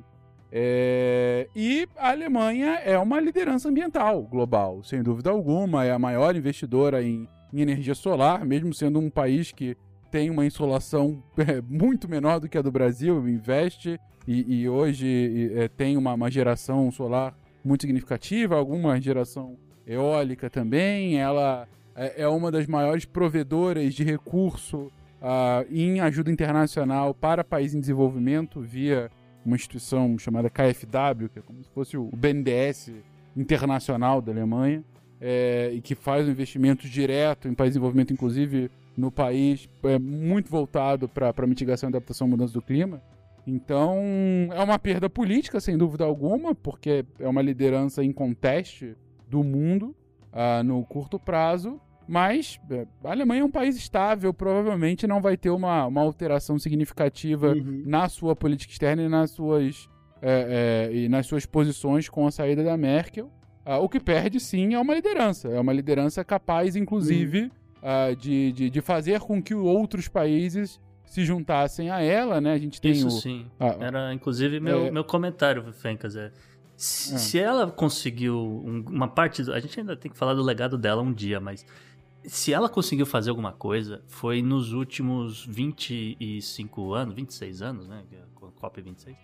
É, e a Alemanha é uma liderança ambiental global, sem dúvida alguma, é a maior investidora em, em energia solar, mesmo sendo um país que tem uma insolação é, muito menor do que a do Brasil, investe e, e hoje é, tem uma, uma geração solar muito significativa, alguma geração eólica também. Ela é uma das maiores provedoras de recurso uh, em ajuda internacional para países em desenvolvimento via uma instituição chamada K F W, que é como se fosse o B N D E S internacional da Alemanha, é, e que faz um investimento direto em países em desenvolvimento, inclusive no país, é, muito voltado para a mitigação e adaptação à mudança do clima. Então, é uma perda política, sem dúvida alguma, porque é uma liderança em conteste do mundo uh, no curto prazo, mas uh, a Alemanha é um país estável, provavelmente não vai ter uma, uma alteração significativa uhum. na sua política externa e nas suas, é, é, e nas suas posições com a saída da Merkel. Uh, o que perde, sim, é uma liderança. É uma liderança capaz, inclusive, uhum. uh, de, de, de fazer com que outros países se juntassem a ela, né? A gente tem Isso o, sim. Ah, Era, inclusive, meu, é... meu comentário, Fencas. É, se, ah. se ela conseguiu um, uma parte... Do, a gente ainda tem que falar do legado dela um dia, mas se ela conseguiu fazer alguma coisa, foi nos últimos vinte e cinco anos, vinte e seis anos, né? Com a COP vinte e seis.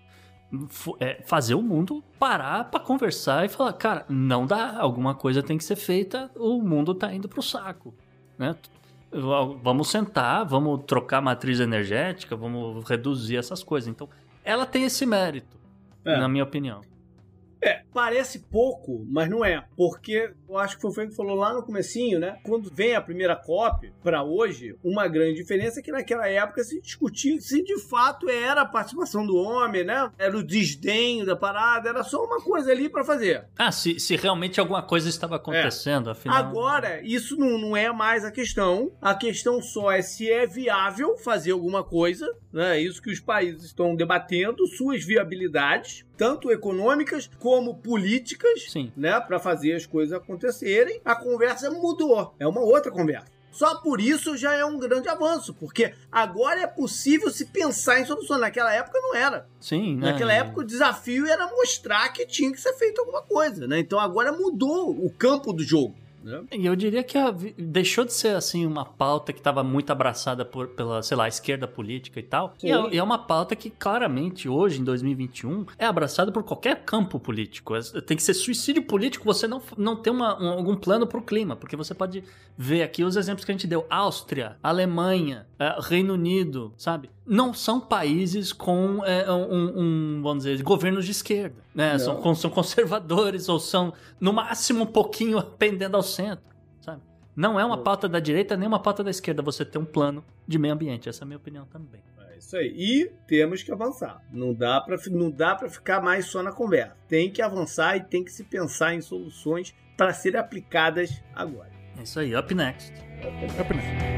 É, fazer o mundo parar pra conversar e falar, cara, não dá, alguma coisa tem que ser feita, o mundo tá indo pro saco, né? Vamos sentar, vamos trocar a matriz energética, vamos reduzir essas coisas. Então, ela tem esse mérito, é. na minha opinião. É, parece pouco, mas não é. Porque eu acho que foi o Frank que falou lá no comecinho, né? Quando vem a primeira COP, para hoje, uma grande diferença é que naquela época se discutia se de fato era a participação do homem, né? Era o desdenho da parada, era só uma coisa ali para fazer. Ah, se, se realmente alguma coisa estava acontecendo, é. afinal... Agora, isso não, não é mais a questão. A questão só é se é viável fazer alguma coisa, né? É isso que os países estão debatendo, suas viabilidades, tanto econômicas como políticas, Sim. né, para fazer as coisas acontecerem. A conversa mudou, é uma outra conversa. Só por isso já é um grande avanço, porque agora é possível se pensar em soluções. Naquela época não era. Sim, né? Naquela época o desafio era mostrar que tinha que ser feito alguma coisa, né? Então agora mudou o campo do jogo. E eu diria que a, deixou de ser assim uma pauta que estava muito abraçada por, pela, sei lá, esquerda política e tal. E é, e é uma pauta que claramente hoje, em dois mil e vinte e um, é abraçada por qualquer campo político. Tem que ser suicídio político você não, não ter uma, um, algum plano para o clima, porque você pode ver aqui os exemplos que a gente deu. Áustria, Alemanha, é, Reino Unido, sabe? Não são países com é, um, um, vamos dizer, governos de esquerda, né? São, são conservadores ou são, no máximo, um pouquinho pendendo ao centro, sabe? Não é uma pauta da direita nem uma pauta da esquerda você ter um plano de meio ambiente. Essa é a minha opinião também. É isso aí. E temos que avançar. Não dá pra, não dá pra ficar mais só na conversa. Tem que avançar e tem que se pensar em soluções para serem aplicadas agora. É isso aí. Up next. Up next.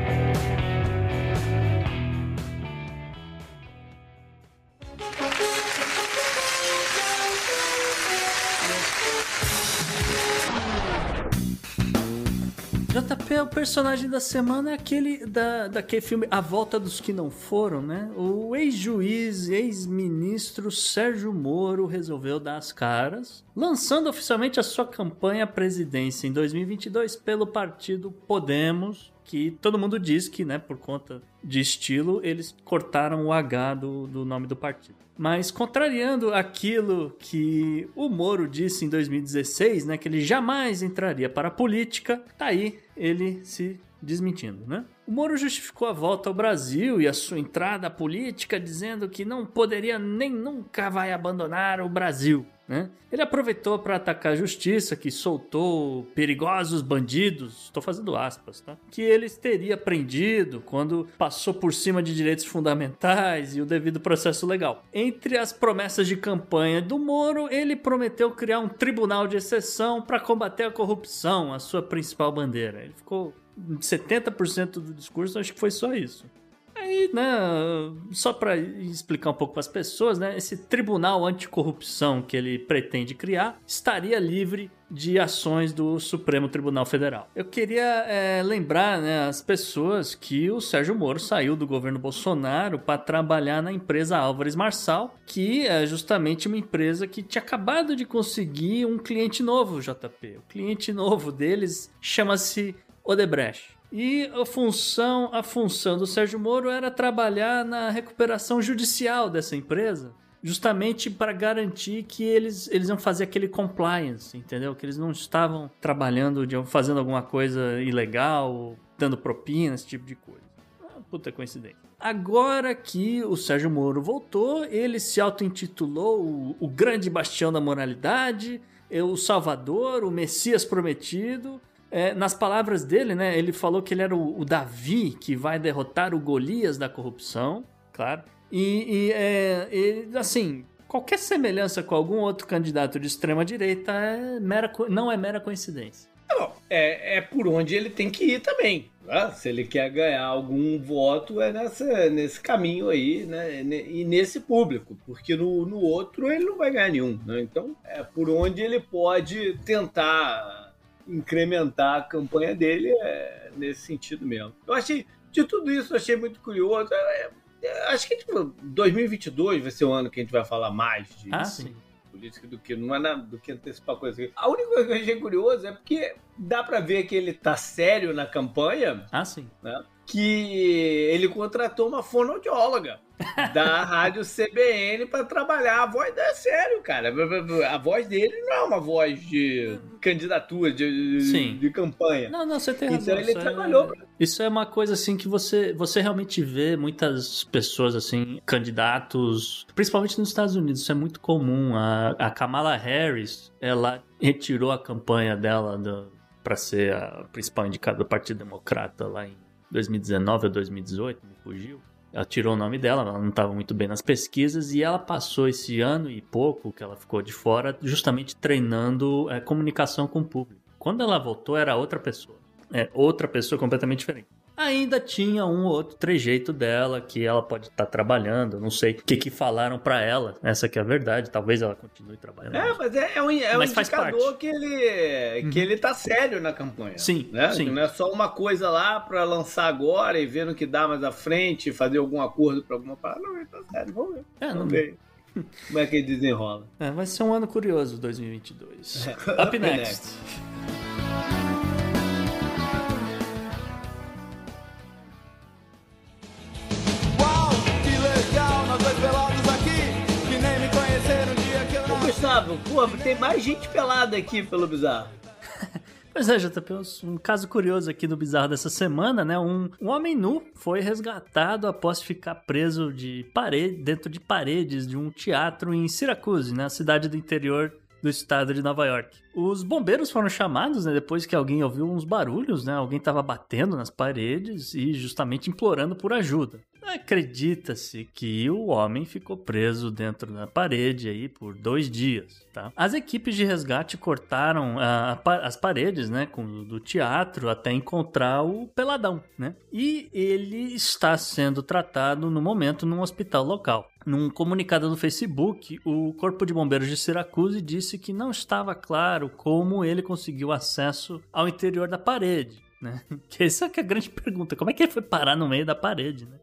J P, o personagem da semana é aquele da, daquele filme A Volta dos Que Não Foram, né? O ex-juiz, ex-ministro Sérgio Moro resolveu dar as caras, lançando oficialmente a sua campanha à presidência em dois mil e vinte e dois pelo partido Podemos, que todo mundo diz que, né, por conta de estilo, eles cortaram o H do, do nome do partido. Mas contrariando aquilo que o Moro disse em dois mil e dezesseis, né, que ele jamais entraria para a política, tá aí ele se desmentindo, né? O Moro justificou a volta ao Brasil e a sua entrada política dizendo que não poderia nem nunca vai abandonar o Brasil, né? Ele aproveitou para atacar a justiça, que soltou perigosos bandidos, estou fazendo aspas, tá? Que ele teria prendido quando passou por cima de direitos fundamentais e o devido processo legal. Entre as promessas de campanha do Moro, ele prometeu criar um tribunal de exceção para combater a corrupção, a sua principal bandeira. Ele ficou setenta por cento do discurso, acho que foi só isso. Aí, né, só para explicar um pouco para as pessoas, né, esse tribunal anticorrupção que ele pretende criar estaria livre de ações do Supremo Tribunal Federal. Eu queria é, lembrar, né, as pessoas que o Sérgio Moro saiu do governo Bolsonaro para trabalhar na empresa Álvares Marçal, que é justamente uma empresa que tinha acabado de conseguir um cliente novo, J P. O cliente novo deles chama-se Odebrecht. E a função, a função do Sérgio Moro era trabalhar na recuperação judicial dessa empresa, justamente para garantir que eles, eles iam fazer aquele compliance, entendeu? Que eles não estavam trabalhando, de, fazendo alguma coisa ilegal, dando propina, esse tipo de coisa. Ah, puta coincidência. Agora que o Sérgio Moro voltou, ele se auto-intitulou o, o grande bastião da moralidade, o Salvador, o Messias prometido. É, nas palavras dele, né, ele falou que ele era o, o Davi que vai derrotar o Golias da corrupção, claro. E, e é, ele, assim, qualquer semelhança com algum outro candidato de extrema-direita é mera, não é mera coincidência. Não, é, é por onde ele tem que ir também. Né? Se ele quer ganhar algum voto, é nessa, nesse caminho aí, né? E nesse público, porque no, no outro ele não vai ganhar nenhum. Né? Então, é por onde ele pode tentar incrementar a campanha dele, é nesse sentido mesmo. Eu achei, de tudo isso, eu achei muito curioso. É, é, acho que tipo, dois mil e vinte e dois vai ser o ano que a gente vai falar mais de ah, sim. política do que, não é nada, do que antecipar coisa. A única coisa que eu achei curioso é porque dá pra ver que ele tá sério na campanha. Ah, sim. Né? Que ele contratou uma fonoaudióloga da rádio C B N para trabalhar a voz dele. É sério, cara. A voz dele não é uma voz de candidatura, de, Sim. de campanha. Não, não, você tem razão. Então ele isso trabalhou. É, isso é uma coisa assim que você, você realmente vê muitas pessoas assim, candidatos, principalmente nos Estados Unidos, isso é muito comum. A, a Kamala Harris, ela retirou a campanha dela para ser a principal indicada do Partido Democrata lá em dois mil e dezenove ou dois mil e dezoito, me fugiu. Ela tirou o nome dela, ela não estava muito bem nas pesquisas e ela passou esse ano e pouco que ela ficou de fora justamente treinando é, comunicação com o público. Quando ela voltou era outra pessoa, é outra pessoa completamente diferente. Ainda tinha um ou outro trejeito dela que ela pode estar tá trabalhando, não sei o que que falaram pra ela, essa que é a verdade, talvez ela continue trabalhando. É, mas é, é um, é um indicador que ele, uhum. que ele tá sério na campanha. Sim, né? sim. Não é só uma coisa lá pra lançar agora e ver no que dá mais à frente, fazer algum acordo pra alguma parada. Não, ele tá sério, vamos ver. É, vamos não... ver. Como é que ele desenrola? É, vai ser um ano curioso, dois mil e vinte e dois. É. Up, Up next. next. Gustavo, pô, tem mais gente pelada aqui pelo Bizarro. Pois é, J P, um caso curioso aqui do Bizarro dessa semana, né? Um, um homem nu foi resgatado após ficar preso de parede, dentro de paredes de um teatro em Syracuse, na cidade do interior do estado de Nova York. Os bombeiros foram chamados, né, depois que alguém ouviu uns barulhos, né? Alguém estava batendo nas paredes e justamente implorando por ajuda. Acredita-se que o homem ficou preso dentro da parede aí por dois dias, tá? As equipes de resgate cortaram a, a, as paredes, né, com, do teatro até encontrar o peladão, né? E ele está sendo tratado no momento num hospital local. Num comunicado no Facebook, o Corpo de Bombeiros de Syracuse disse que não estava claro como ele conseguiu acesso ao interior da parede, né? Que essa que é a grande pergunta. Como é que ele foi parar no meio da parede, né?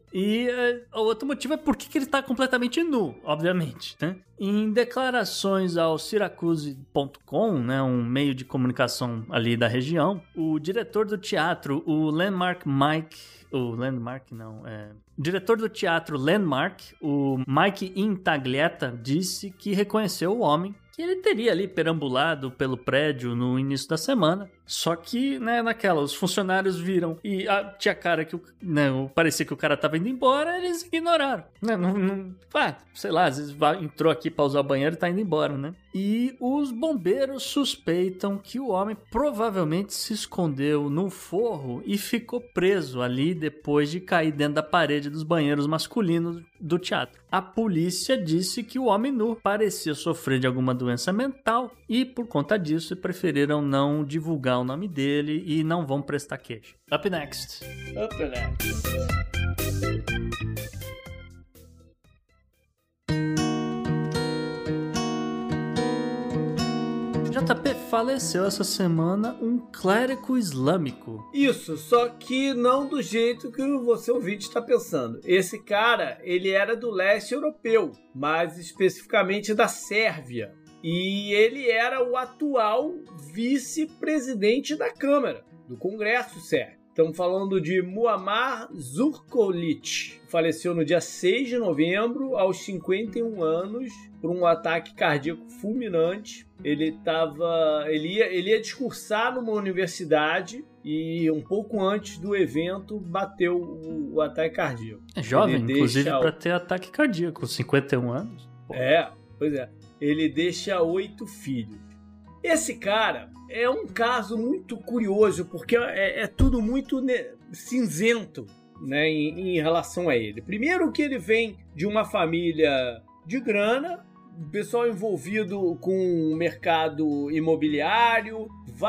E uh, o outro motivo é porque que ele tá completamente nu, obviamente, né? Em declarações ao Syracuse ponto com, né, um meio de comunicação ali da região, o diretor do teatro, o Landmark Mike... O Landmark, não, é... O diretor do teatro Landmark, o Mike Intaglietta, disse que reconheceu o homem, que ele teria ali perambulado pelo prédio no início da semana. Só que, né, naquela, os funcionários viram e ah, tinha cara que, né, parecia que o cara tava indo embora, eles ignoraram. Né, não, não, ah, sei lá, às vezes vai, entrou aqui pra usar o banheiro e tá indo embora, né? E os bombeiros suspeitam que o homem provavelmente se escondeu no forro e ficou preso ali depois de cair dentro da parede dos banheiros masculinos do teatro. A polícia disse que o homem nu parecia sofrer de alguma doença mental e, por conta disso, preferiram não divulgar o nome dele e não vão prestar queixa. Up next. Up next. J P, faleceu essa semana um clérigo islâmico. Isso, só que não do jeito que você ouvinte está pensando. Esse cara, ele era do leste europeu, mais especificamente da Sérvia. E ele era o atual vice-presidente da Câmara, do Congresso Sérvio. Estamos falando de Muammar Zukorlić. Faleceu no dia seis de novembro, aos cinquenta e um anos, por um ataque cardíaco fulminante. Ele tava, ele ia, ele ia discursar numa universidade e um pouco antes do evento bateu o, o ataque cardíaco. É jovem, ele inclusive, deixa... para ter ataque cardíaco, cinquenta e um anos. Pô. É, pois é. Ele deixa oito filhos. Esse cara é um caso muito curioso, porque é, é tudo muito né, cinzento, né, em, em relação a ele. Primeiro que ele vem de uma família de grana, o pessoal envolvido com o mercado imobiliário,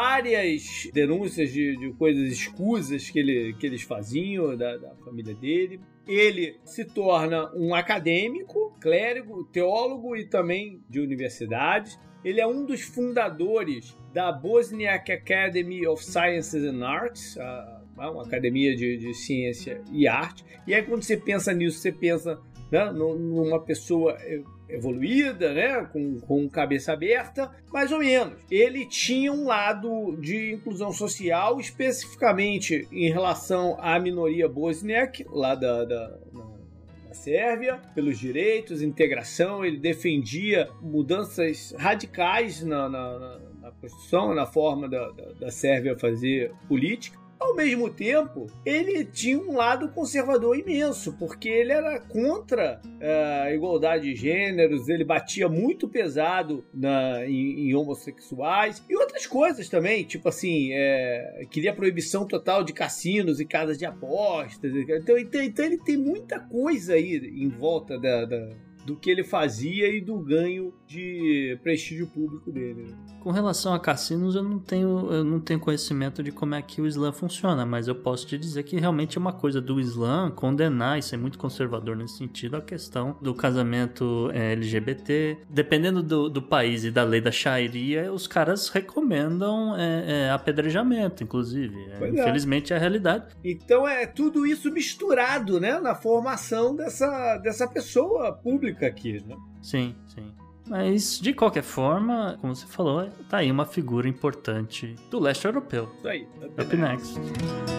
várias denúncias de, de coisas escusas que, ele, que eles faziam da, da família dele. Ele se torna um acadêmico, clérigo, teólogo e também de universidades. Ele é um dos fundadores da Bosniak Academy of Sciences and Arts, uma academia de, de ciência e arte. E aí quando você pensa nisso, você pensa, né, numa pessoa evoluída, né, com, com cabeça aberta, mais ou menos. Ele tinha um lado de inclusão social, especificamente em relação à minoria bosniak, lá da, da, da Sérvia, pelos direitos, integração. Ele defendia mudanças radicais na, na, na, na Constituição, na forma da, da, da Sérvia fazer política. Ao mesmo tempo, ele tinha um lado conservador imenso, porque ele era contra uh, a igualdade de gêneros, ele batia muito pesado na, em, em homossexuais e outras coisas também, tipo assim, é, queria proibição total de cassinos e casas de apostas. Então, então, então ele tem muita coisa aí em volta da... da do que ele fazia e do ganho de prestígio público dele. Com relação a cassinos, eu não tenho, eu não tenho conhecimento de como é que o Islã funciona, mas eu posso te dizer que realmente é uma coisa do Islã condenar e ser muito conservador nesse sentido a questão do casamento é, L G B T. Dependendo do, do país e da lei da Sharia, os caras recomendam é, é, apedrejamento, inclusive. É, infelizmente é a realidade. Então é tudo isso misturado, né, na formação dessa, dessa pessoa pública aqui, né? Sim, sim. Mas, de qualquer forma, como você falou, tá aí uma figura importante do leste europeu. Isso aí. Up, Up next. next.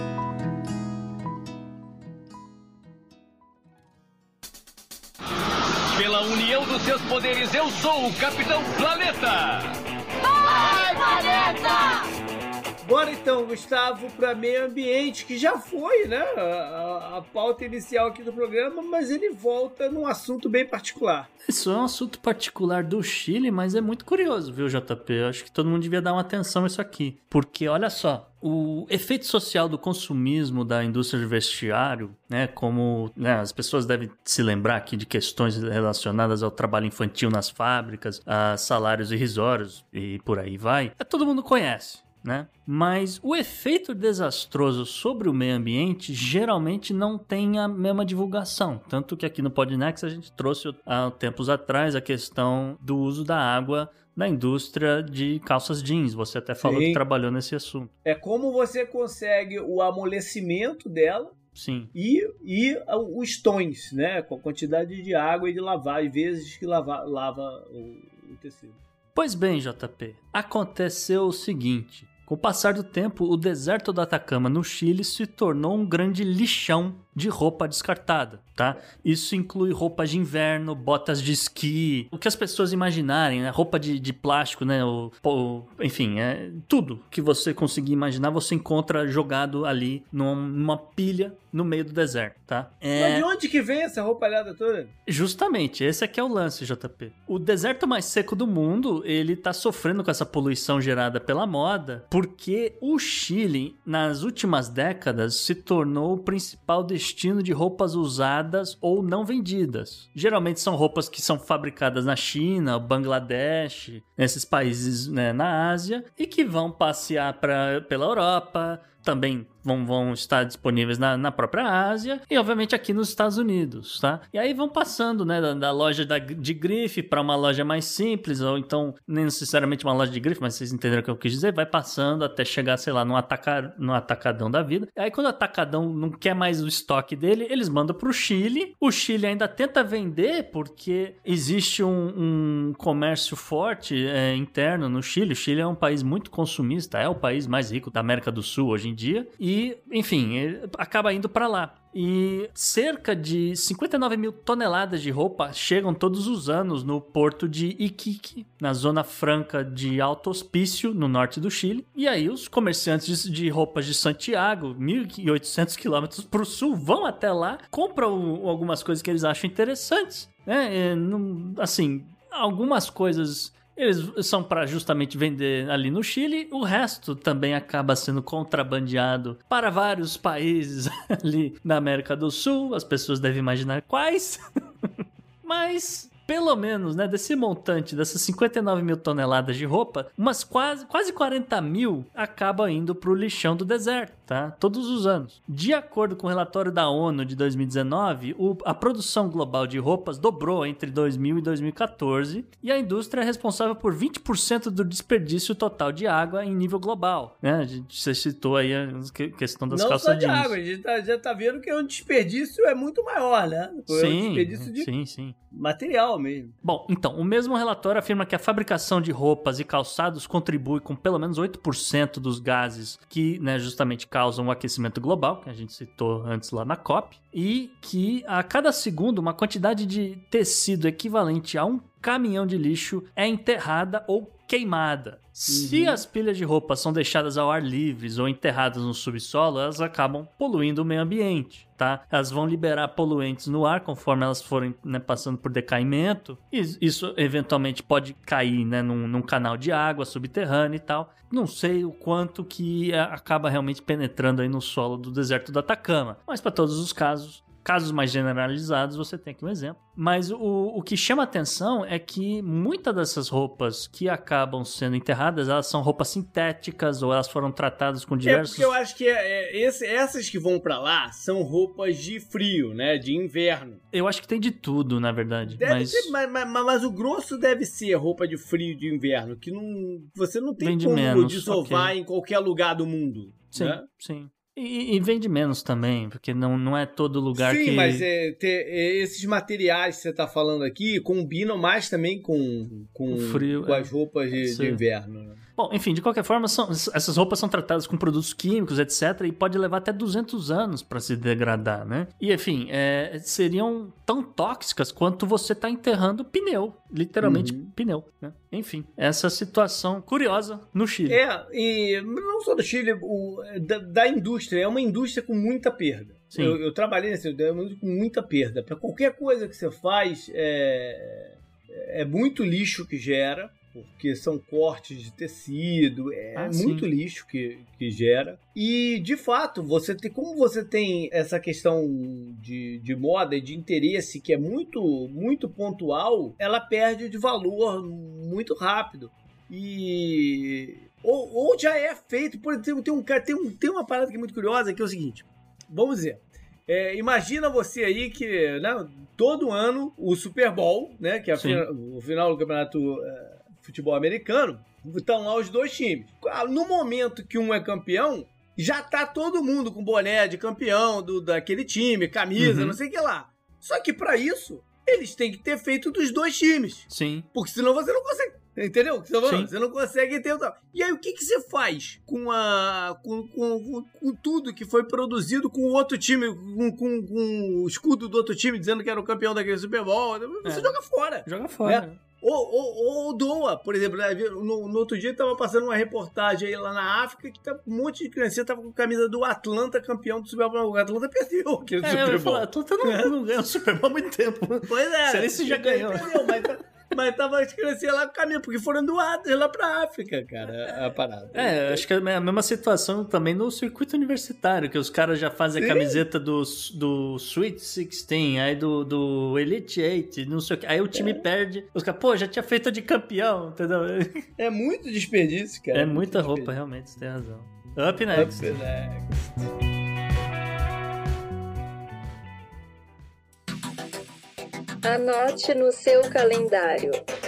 Pela união dos seus poderes, eu sou o Capitão Planeta! Vai, Planeta! Bora então, Gustavo, para meio ambiente, que já foi, né, a, a pauta inicial aqui do programa, mas ele volta num assunto bem particular. Isso é um assunto particular do Chile, mas é muito curioso, viu, J P? Eu acho que todo mundo devia dar uma atenção a isso aqui. Porque, olha só, o efeito social do consumismo da indústria de vestiário, né, como né, as pessoas devem se lembrar aqui de questões relacionadas ao trabalho infantil nas fábricas, a salários irrisórios e por aí vai, é, todo mundo conhece. Né? Mas o efeito desastroso sobre o meio ambiente geralmente não tem a mesma divulgação. Tanto que aqui no Podnext a gente trouxe há tempos atrás a questão do uso da água na indústria de calças jeans. Você até falou Sim. que trabalhou nesse assunto. É como você consegue o amolecimento dela, sim. E, e os tons, né? Com a quantidade de água e de lavar, às vezes que lava, lava o, o tecido. Pois bem, J P, aconteceu o seguinte. Com o passar do tempo, o deserto do Atacama, no Chile, se tornou um grande lixão de roupa descartada, tá? Isso inclui roupas de inverno, botas de esqui, o que as pessoas imaginarem, né? Roupa de, de plástico, né? O, o, enfim, é, tudo que você conseguir imaginar, você encontra jogado ali num, numa pilha no meio do deserto, tá? É... Mas de onde que vem essa roupalhada toda? Justamente, esse aqui é o lance, J P. O deserto mais seco do mundo, ele tá sofrendo com essa poluição gerada pela moda, porque o Chile, nas últimas décadas, se tornou o principal destino de roupas usadas ou não vendidas. Geralmente são roupas que são fabricadas na China, Bangladesh, nesses países, né, na Ásia, e que vão passear pra, pela Europa, também vão, vão estar disponíveis na, na própria Ásia e, obviamente, aqui nos Estados Unidos, tá? E aí vão passando, né, da, da loja da, de grife para uma loja mais simples, ou então, nem necessariamente uma loja de grife, mas vocês entenderam o que eu quis dizer, vai passando até chegar, sei lá, num, ataca, num atacadão da vida. E aí, quando o atacadão não quer mais o estoque dele, eles mandam pro Chile. O Chile ainda tenta vender, porque existe um, um comércio forte é, interno no Chile. O Chile é um país muito consumista, é o país mais rico da América do Sul hoje em dia. E, enfim, ele acaba indo para lá. E cerca de cinquenta e nove mil toneladas de roupa chegam todos os anos no porto de Iquique, na zona franca de Alto Hospício, no norte do Chile. E aí os comerciantes de roupas de Santiago, mil e oitocentos quilômetros para o sul, vão até lá, compram algumas coisas que eles acham interessantes, né? Assim, algumas coisas... eles são para justamente vender ali no Chile, o resto também acaba sendo contrabandeado para vários países ali na América do Sul, as pessoas devem imaginar quais, mas pelo menos, né, desse montante, dessas cinquenta e nove mil toneladas de roupa, umas quase, quase quarenta mil acabam indo pro lixão do deserto, tá? Todos os anos. De acordo com o relatório da ONU de dois mil e dezenove, o, a produção global de roupas dobrou entre dois mil e dois mil e quatorze e a indústria é responsável por vinte por cento do desperdício total de água em nível global, né? A gente, você citou aí a questão das Não calças jeans. Não só de água, a gente tá, já tá vendo que o desperdício é muito maior, né? Sim, é um desperdício de sim, sim. material mesmo. Bom, então, o mesmo relatório afirma que a fabricação de roupas e calçados contribui com pelo menos oito por cento dos gases que, né, justamente causam o aquecimento global, que a gente citou antes lá na COP, e que a cada segundo uma quantidade de tecido equivalente a um caminhão de lixo é enterrada ou queimada. Uhum. Se as pilhas de roupa são deixadas ao ar livre ou enterradas no subsolo, elas acabam poluindo o meio ambiente, tá? Elas vão liberar poluentes no ar conforme elas forem, né, passando por decaimento. E isso eventualmente pode cair, né, num, num canal de água subterrâneo e tal. Não sei o quanto que acaba realmente penetrando aí no solo do deserto do Atacama, mas para todos os casos, casos mais generalizados, você tem aqui um exemplo. Mas o, o que chama atenção é que muitas dessas roupas que acabam sendo enterradas, elas são roupas sintéticas ou elas foram tratadas com diversos... É porque eu acho que é, é, esse, essas que vão pra lá são roupas de frio, né? De inverno. Eu acho que tem de tudo, na verdade. Deve mas... Ser, mas, mas, mas o grosso deve ser roupa de frio de inverno, que não, você não tem Vende como menos, desovar okay. em qualquer lugar do mundo. Sim, né? sim. E, e vende menos também, porque não, não é todo lugar Sim, que... Sim, mas é, ter, é, esses materiais que você está falando aqui combinam mais também com, com, o frio, com é. as roupas de, de inverno. Né? Bom, enfim, de qualquer forma, são, essas roupas são tratadas com produtos químicos, etcétera, e pode levar até duzentos anos para se degradar, né? E, enfim, é, seriam tão tóxicas quanto você tá enterrando pneu, literalmente uhum. pneu, né? Enfim, essa situação curiosa no Chile. É, e não só do Chile, o, da, da indústria, é uma indústria com muita perda. Sim. Eu, eu trabalhei nessa indústria com muita perda. Para qualquer coisa que você faz, é, é muito lixo que gera, porque são cortes de tecido, é ah, muito sim. lixo que, que gera. E, de fato, você tem, como você tem essa questão de, de moda e de interesse que é muito, muito pontual, ela perde de valor muito rápido. E... Ou, ou já é feito... Por exemplo, tem, um, tem, um, tem uma parada que é muito curiosa, que é o seguinte. Vamos dizer... É, imagina você aí que, né, todo ano o Super Bowl, né, que é a final, o final do campeonato é, futebol americano, estão lá os dois times. No momento que um é campeão, já tá todo mundo com boné de campeão do, daquele time, camisa, uhum. não sei o que lá. Só que pra isso, eles têm que ter feito dos dois times. Sim. Porque senão você não consegue. Entendeu? Você, você não consegue ter. E aí, o que, que você faz com, a, com, com, com tudo que foi produzido com o outro time, com, com, com o escudo do outro time, dizendo que era o campeão daquele Super Bowl? Você é. joga fora. Joga fora. Né? Ou, ou, ou doa, por exemplo, no, no outro dia tava passando uma reportagem aí lá na África que tá, um monte de criancinha tava com a camisa do Atlanta, campeão do Super Bowl. O Atlanta perdeu aquele é, Super Bowl. Eu ia falar, Atlanta não, é. não ganha o Super Bowl há muito tempo. Pois é. Se ele já ganhou. Entendeu, mas tá... Mas tava as criancinhas lá com o caminho, porque foram doadas lá pra África, cara, a parada. É, acho que é a mesma situação também no circuito universitário, que os caras já fazem Sim. a camiseta do, do Sweet sixteen, aí do, do Elite eight, não sei o que. Aí o time é. perde, os caras, pô, já tinha feito de campeão, entendeu? É muito desperdício, cara. É muita roupa, desperdício. Realmente, você tem razão. Up next. Up next. Anote no seu calendário.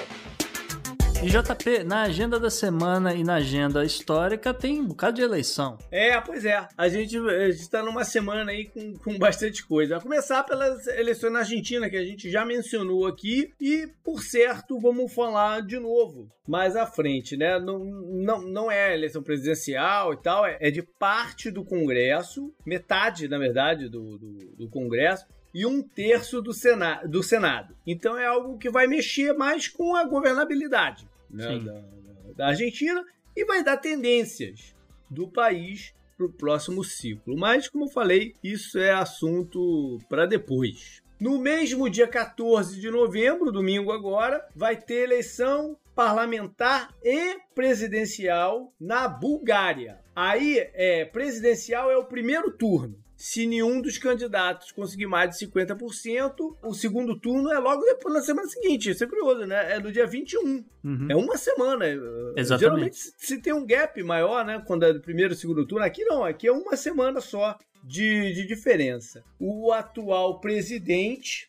E J P, na agenda da semana e na agenda histórica tem um bocado de eleição. É, pois é. A gente está numa semana aí com, com bastante coisa. A começar pelas eleições na Argentina, que a gente já mencionou aqui. E, por certo, vamos falar de novo mais à frente, né? Não, não, não é eleição presidencial e tal, é, é de parte do Congresso, metade, na verdade, do, do, do Congresso. E um terço do Senado, do Senado. Então é algo que vai mexer mais com a governabilidade, né, da, da Argentina e vai dar tendências do país para o próximo ciclo. Mas, como eu falei, isso é assunto para depois. No mesmo dia quatorze de novembro, domingo agora, vai ter eleição parlamentar e presidencial na Bulgária. Aí, é, presidencial é o primeiro turno. Se nenhum dos candidatos conseguir mais de cinquenta por cento, o segundo turno é logo depois, na semana seguinte. Isso é curioso, né? É no dia vinte e um. Uhum. É uma semana. Exatamente. Geralmente, se tem um gap maior, né? Quando é do primeiro e segundo turno, aqui não. Aqui é uma semana só de, de diferença. O atual presidente,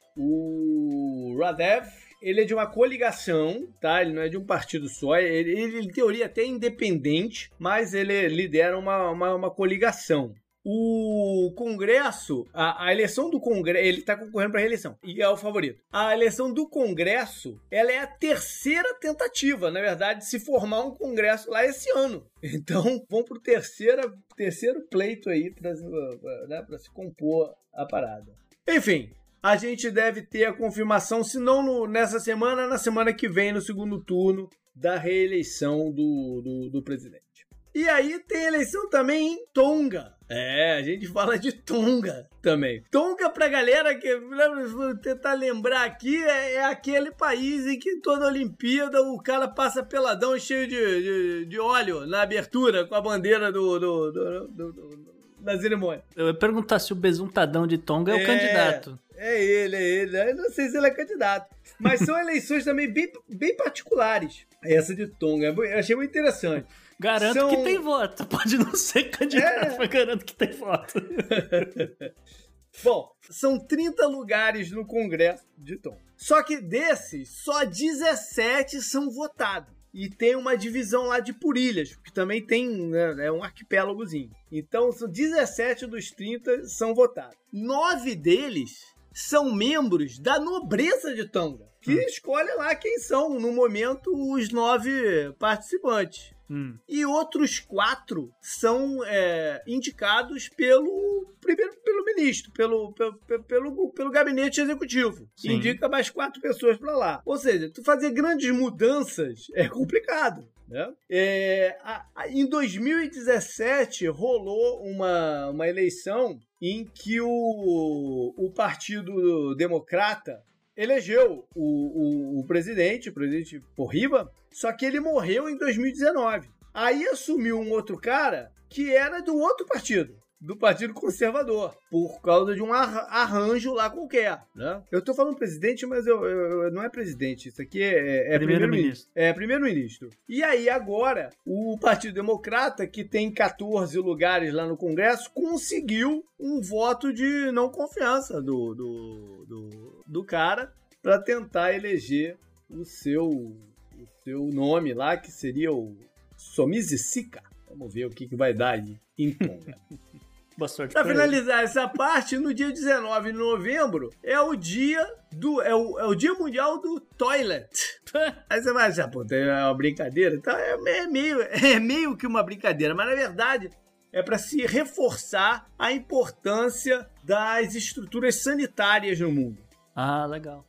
o Radev, ele é de uma coligação, tá? Ele não é de um partido só. Ele, ele em teoria, até é independente, mas ele lidera uma, uma, uma coligação. O Congresso, a, a eleição do Congresso, ele está concorrendo para a reeleição e é o favorito. A eleição do Congresso, ela é a terceira tentativa, na verdade, de se formar um Congresso lá esse ano. Então, vamos para o terceiro, terceiro pleito aí para né, se compor a parada. Enfim, a gente deve ter a confirmação, se não no, nessa semana, na semana que vem, no segundo turno, da reeleição do, do, do presidente. E aí tem eleição também em Tonga. É, a gente fala de Tonga também. Tonga, pra galera que vou tentar lembrar aqui, é, é aquele país em que toda Olimpíada o cara passa peladão cheio de, de, de óleo na abertura com a bandeira do, do, do, do, do, da cerimônia. Eu ia perguntar se o besuntadão de Tonga é, é o candidato. É ele, é ele. Eu não sei se ele é candidato. Mas são eleições também bem, bem particulares. Essa de Tonga. Eu achei muito interessante. Garanto São... que tem voto. Pode não ser candidato, é... mas garanto que tem voto. Bom, são trinta lugares no Congresso de Tonga. Só que desses, só dezessete são votados. E tem uma divisão lá de por ilhas, que também tem, né, é um arquipélagozinho. Então, são dezessete dos trinta são votados. Nove deles são membros da nobreza de Tonga, que hum. escolhe lá quem são, no momento, os nove participantes. Hum. E outros quatro são é, indicados pelo primeiro pelo ministro, pelo, pelo, pelo, pelo gabinete executivo. Sim. Indica mais quatro pessoas para lá. Ou seja, tu fazer grandes mudanças é complicado, né? É, a, a, em dois mil e dezessete rolou uma, uma eleição em que o, o Partido Democrata elegeu o, o, o presidente, o presidente Porriba, só que ele morreu em dois mil e dezenove. Aí assumiu um outro cara que era do outro partido, do Partido Conservador, por causa de um arranjo lá qualquer, né? Eu tô falando presidente, mas eu, eu, não é presidente, isso aqui é, é primeiro-ministro. É primeiro-ministro. E aí agora, o Partido Democrata, que tem quatorze lugares lá no Congresso, conseguiu um voto de não confiança do, do, do, do cara para tentar eleger o seu, o seu nome lá, que seria o Somizicica. Vamos ver o que, que vai dar aí em Tonga. Boa sorte. Pra finalizar ele. essa parte, no dia dezenove de novembro é o dia do é o, é o dia mundial do toilet. Aí você vai achar, pô, é uma brincadeira. Então é, é meio é meio que uma brincadeira, mas na verdade é para se reforçar a importância das estruturas sanitárias no mundo. Ah, legal.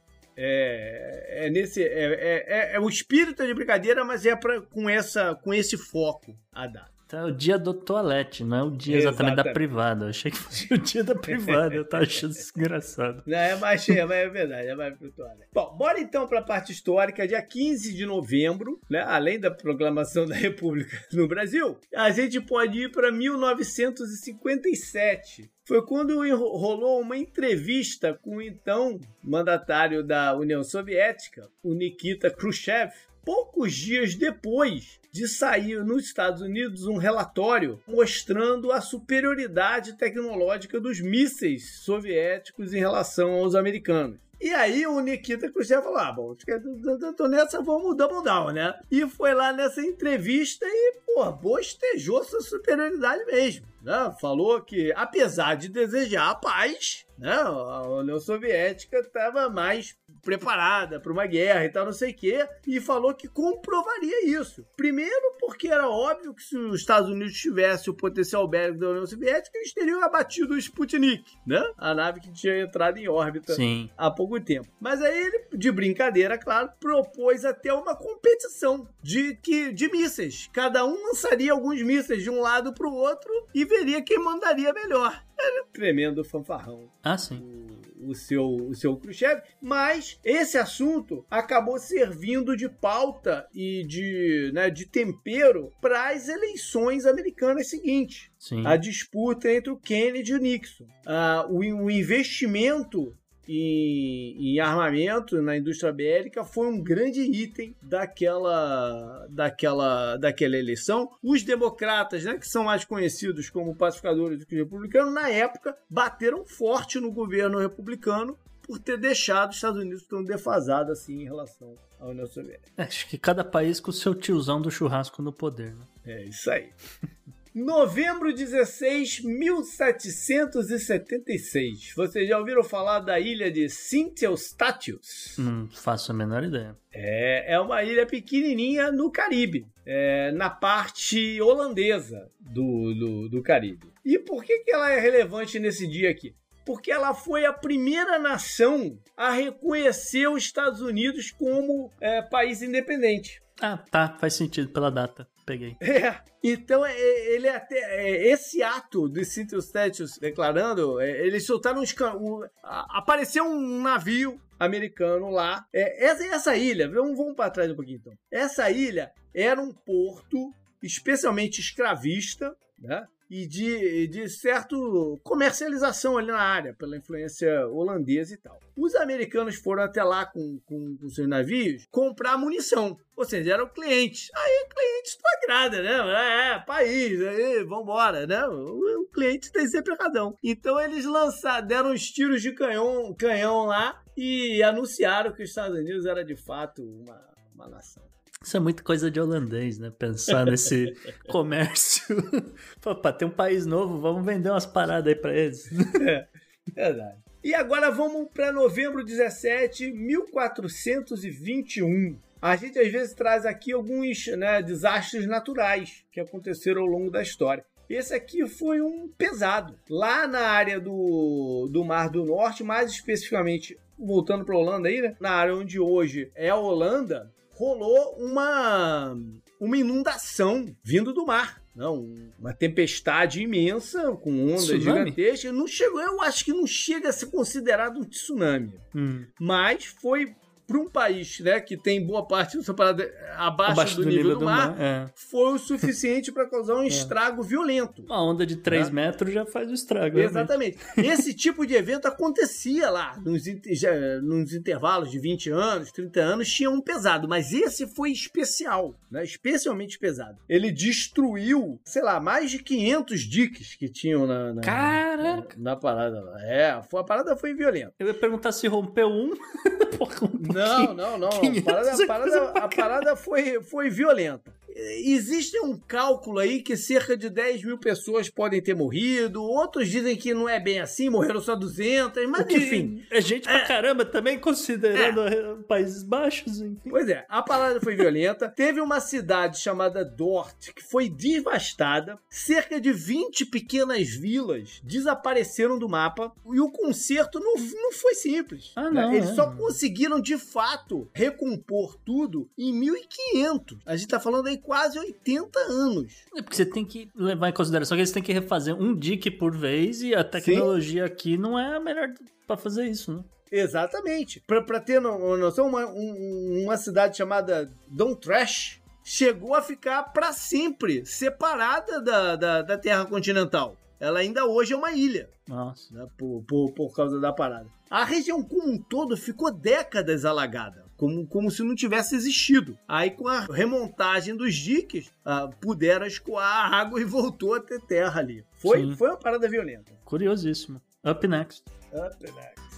É, é nesse é, é, é o espírito de brincadeira, mas é pra, com essa com esse foco a data. Então é o dia do toalete, não é o dia exatamente, exatamente. da privada. Eu achei que fosse o dia da privada, eu tava achando isso engraçado. Não, é mais é, é verdade, é mais pro toalete. Bom, bora então para a parte histórica. Dia quinze de novembro, né, além da proclamação da República no Brasil, a gente pode ir para mil novecentos e cinquenta e sete. Foi quando rolou uma entrevista com o então mandatário da União Soviética, o Nikita Khrushchev, poucos dias depois de sair nos Estados Unidos um relatório mostrando a superioridade tecnológica dos mísseis soviéticos em relação aos americanos. E aí o Nikita Khrushchev falou, ah, bom, tô nessa, vamos double down, né? E foi lá nessa entrevista e, pô, bostejou sua superioridade mesmo, né? Falou que, apesar de desejar a paz, né, a União Soviética estava mais preparada para uma guerra e tal, não sei o quê, e falou que comprovaria isso. Primeiro, porque era óbvio que se os Estados Unidos tivessem o potencial bélico da União Soviética, eles teriam abatido o Sputnik, né? A nave que tinha entrado em órbita Sim. há pouco tempo. Mas aí ele, de brincadeira, claro, propôs até uma competição de, que, de mísseis. Cada um lançaria alguns mísseis de um lado para o outro e veria quem mandaria melhor. Era um tremendo fanfarrão. Ah, sim. O, o, seu, o seu Khrushchev. Mas esse assunto acabou servindo de pauta e de, né, de tempero para as eleições americanas seguintes. Sim. A disputa entre o Kennedy e o Nixon. Ah, o, o investimento Em, em armamento na indústria bélica foi um grande item daquela, daquela, daquela eleição. Os democratas, né, que são mais conhecidos como pacificadores do que republicanos, na época bateram forte no governo republicano por ter deixado os Estados Unidos tão defasado assim em relação à União Soviética. Acho que cada país com o seu tiozão do churrasco no poder, né? É isso aí. Novembro dezesseis, mil setecentos e setenta e seis. Vocês já ouviram falar da ilha de Saint Eustatius? Não faço a menor ideia. É, é uma ilha pequenininha no Caribe, é, na parte holandesa do, do, do Caribe. E por que, que ela é relevante nesse dia aqui? Porque ela foi a primeira nação a reconhecer os Estados Unidos como é, país independente. Ah, tá. Faz sentido pela data. Peguei. É, então é, ele é até é, esse ato de Saint Eustatius declarando, é, eles soltaram uns um, a, apareceu um navio americano lá. É, essa, essa ilha, vamos, vamos para trás um pouquinho então. Essa ilha era um porto especialmente escravista, né? E de, de certo comercialização ali na área, pela influência holandesa e tal. Os americanos foram até lá com, com, com seus navios comprar munição. Ou seja, eram clientes. Aí clientes tu agrada, né? É, país, aí, vambora, né? O, o cliente tem sempre erradão. Então eles lançaram, deram uns tiros de canhão, canhão lá e anunciaram que os Estados Unidos era de fato uma, uma nação. Isso é muita coisa de holandês, né? Pensar nesse comércio. Pô, pra ter um país novo, vamos vender umas paradas aí pra eles. É, verdade. E agora vamos para novembro dezessete, mil quatrocentos e vinte e um. A gente às vezes traz aqui alguns, né, desastres naturais que aconteceram ao longo da história. Esse aqui foi um pesado. Lá na área do, do Mar do Norte, mais especificamente, voltando para a Holanda aí, né? Na área onde hoje é a Holanda, rolou uma, uma inundação vindo do mar. Não, uma tempestade imensa, com ondas tsunami? gigantescas. Não chegou, eu acho que não chega a ser considerado um tsunami. Hum. Mas foi para um país, né, que tem boa parte da sua parada abaixo, abaixo do, do nível, nível do, do mar, mar é. foi o suficiente para causar um é. estrago violento. Uma onda de três né? metros já faz o estrago. Exatamente. Realmente. Esse tipo de evento acontecia lá, nos, já, nos intervalos de vinte anos, trinta anos, tinha um pesado, mas esse foi especial, né, especialmente pesado. Ele destruiu, sei lá, mais de quinhentos diques que tinham na, na, Caraca. na, na parada lá. É, foi, a parada foi violenta. Eu ia perguntar se rompeu um... Não, não, não. A parada, a parada, a parada foi, foi violenta. existe um cálculo aí que cerca de dez mil pessoas podem ter morrido, outros dizem que não é bem assim, morreram só duzentas, mas enfim. É gente pra é, caramba também, considerando é. Países Baixos, enfim. Pois é, a parada foi violenta. Teve uma cidade chamada Dort que foi devastada, cerca de vinte pequenas vilas desapareceram do mapa e o conserto não, não foi simples. Ah, não, Eles é. só conseguiram, de fato, recompor tudo em mil e quinhentos. A gente tá falando aí quase oitenta anos. É porque você tem que levar em consideração que eles têm que refazer um dique por vez e a tecnologia Sim. aqui não é a melhor pra fazer isso, né? Exatamente. Pra, pra ter noção, uma, um, uma cidade chamada Downtrash chegou a ficar pra sempre separada da, da, da Terra continental. Ela ainda hoje é uma ilha. Nossa. Né, por, por, por causa da parada. A região como um todo ficou décadas alagada, como, como se não tivesse existido. Aí, com a remontagem dos diques, ah, puderam escoar a água e voltou a ter terra ali. Foi, foi uma parada violenta. Curiosíssimo. Up next. Up next.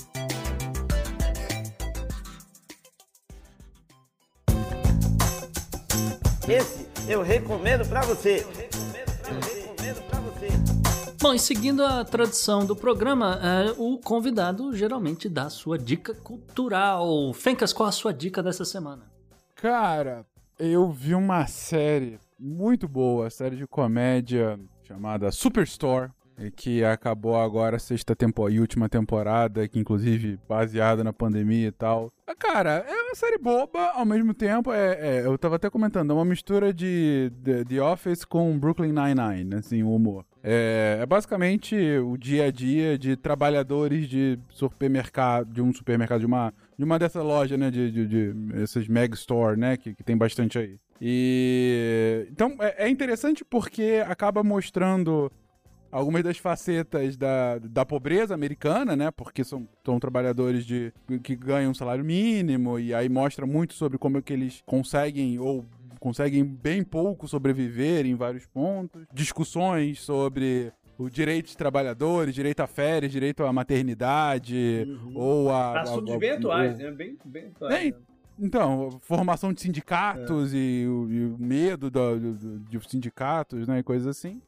Esse eu recomendo pra você. Eu recomendo pra você. Eu recomendo pra você. Bom, e seguindo a tradição do programa, é, o convidado geralmente dá a sua dica cultural. Fencas, qual a sua dica dessa semana? Cara, eu vi uma série muito boa, série de comédia chamada Superstore, que acabou agora a sexta temporada e última temporada, que inclusive baseada na pandemia e tal. Cara, é uma série boba, ao mesmo tempo, é, é, eu tava até comentando, é uma mistura de, de The Office com Brooklyn Nine-Nine, assim, o humor. É, é basicamente o dia a dia de trabalhadores de supermercado, de um supermercado, de uma, de uma dessa loja, né, de, de, de essas mega store, né, que, que tem bastante aí. E então é, é interessante porque acaba mostrando algumas das facetas da, da pobreza americana, né? Porque são, são trabalhadores de, que ganham um salário mínimo, e aí mostra muito sobre como é que eles conseguem, ou conseguem bem pouco sobreviver em vários pontos. Discussões sobre o direito de trabalhadores, direito a férias, direito à maternidade, uhum. ou a... Assuntos bem atuais, né? Bem, bem atuais. Bem, né? Então, formação de sindicatos é. e, o, e o medo do, do, de sindicatos, né, e coisas assim.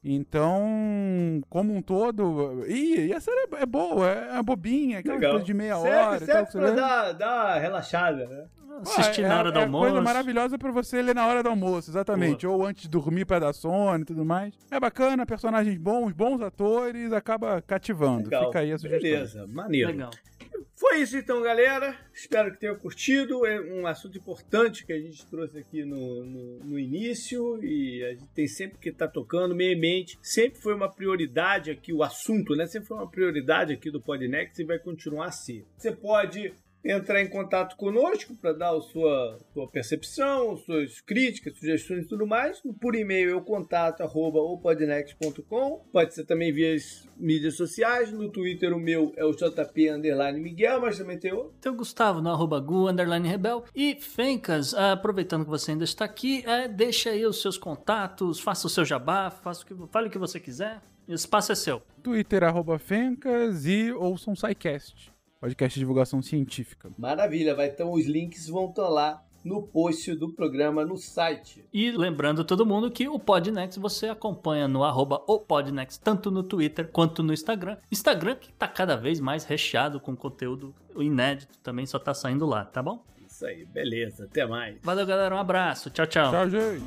Então, como um todo... E, e a série é boa, é, é bobinha, aquela Legal. coisa de meia serve, hora. Serve tal, pra dar, dar uma relaxada, né? Assistir ah, na hora é, do é almoço. É coisa maravilhosa pra você ler na hora do almoço, exatamente. Boa. Ou antes de dormir pra dar sono e tudo mais. É bacana, personagens bons, bons atores, acaba cativando. Legal. Fica aí a sugestão. Beleza, maneiro. Legal. Foi isso então, galera. Espero que tenham curtido. É um assunto importante que a gente trouxe aqui no, no, no início, e a gente tem sempre que estar tá tocando meio em mente. Sempre foi uma prioridade aqui, o assunto, né? Sempre foi uma prioridade aqui do Podnext e vai continuar a ser. Você pode entrar em contato conosco para dar a sua, sua percepção, suas críticas, sugestões e tudo mais. Por e-mail é o contato arroba o podnext ponto com. Pode ser também via as mídias sociais. No Twitter o meu é o jp underline Miguel, mas também tem o... Tem o Gustavo no arroba gu underline rebel. E Fencas, aproveitando que você ainda está aqui, é, deixa aí os seus contatos, faça o seu jabá, faça o que, fale o que você quiser. O espaço é seu. Twitter arroba Fencas e ouçam o SciCast. Podcast de divulgação científica. Maravilha, vai, então os links vão estar lá no post do programa no site. E lembrando todo mundo que o Podnext você acompanha no arroba o Podnext, tanto no Twitter quanto no Instagram. Instagram que tá cada vez mais recheado com conteúdo inédito, também só tá saindo lá, tá bom? Isso aí, beleza, até mais. Valeu, galera, um abraço, tchau, tchau. Tchau, gente.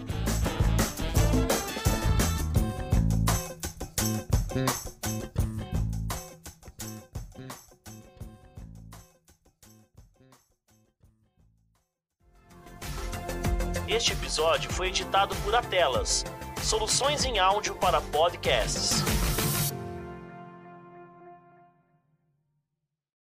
Este episódio foi editado por Atelas, soluções em áudio para podcasts.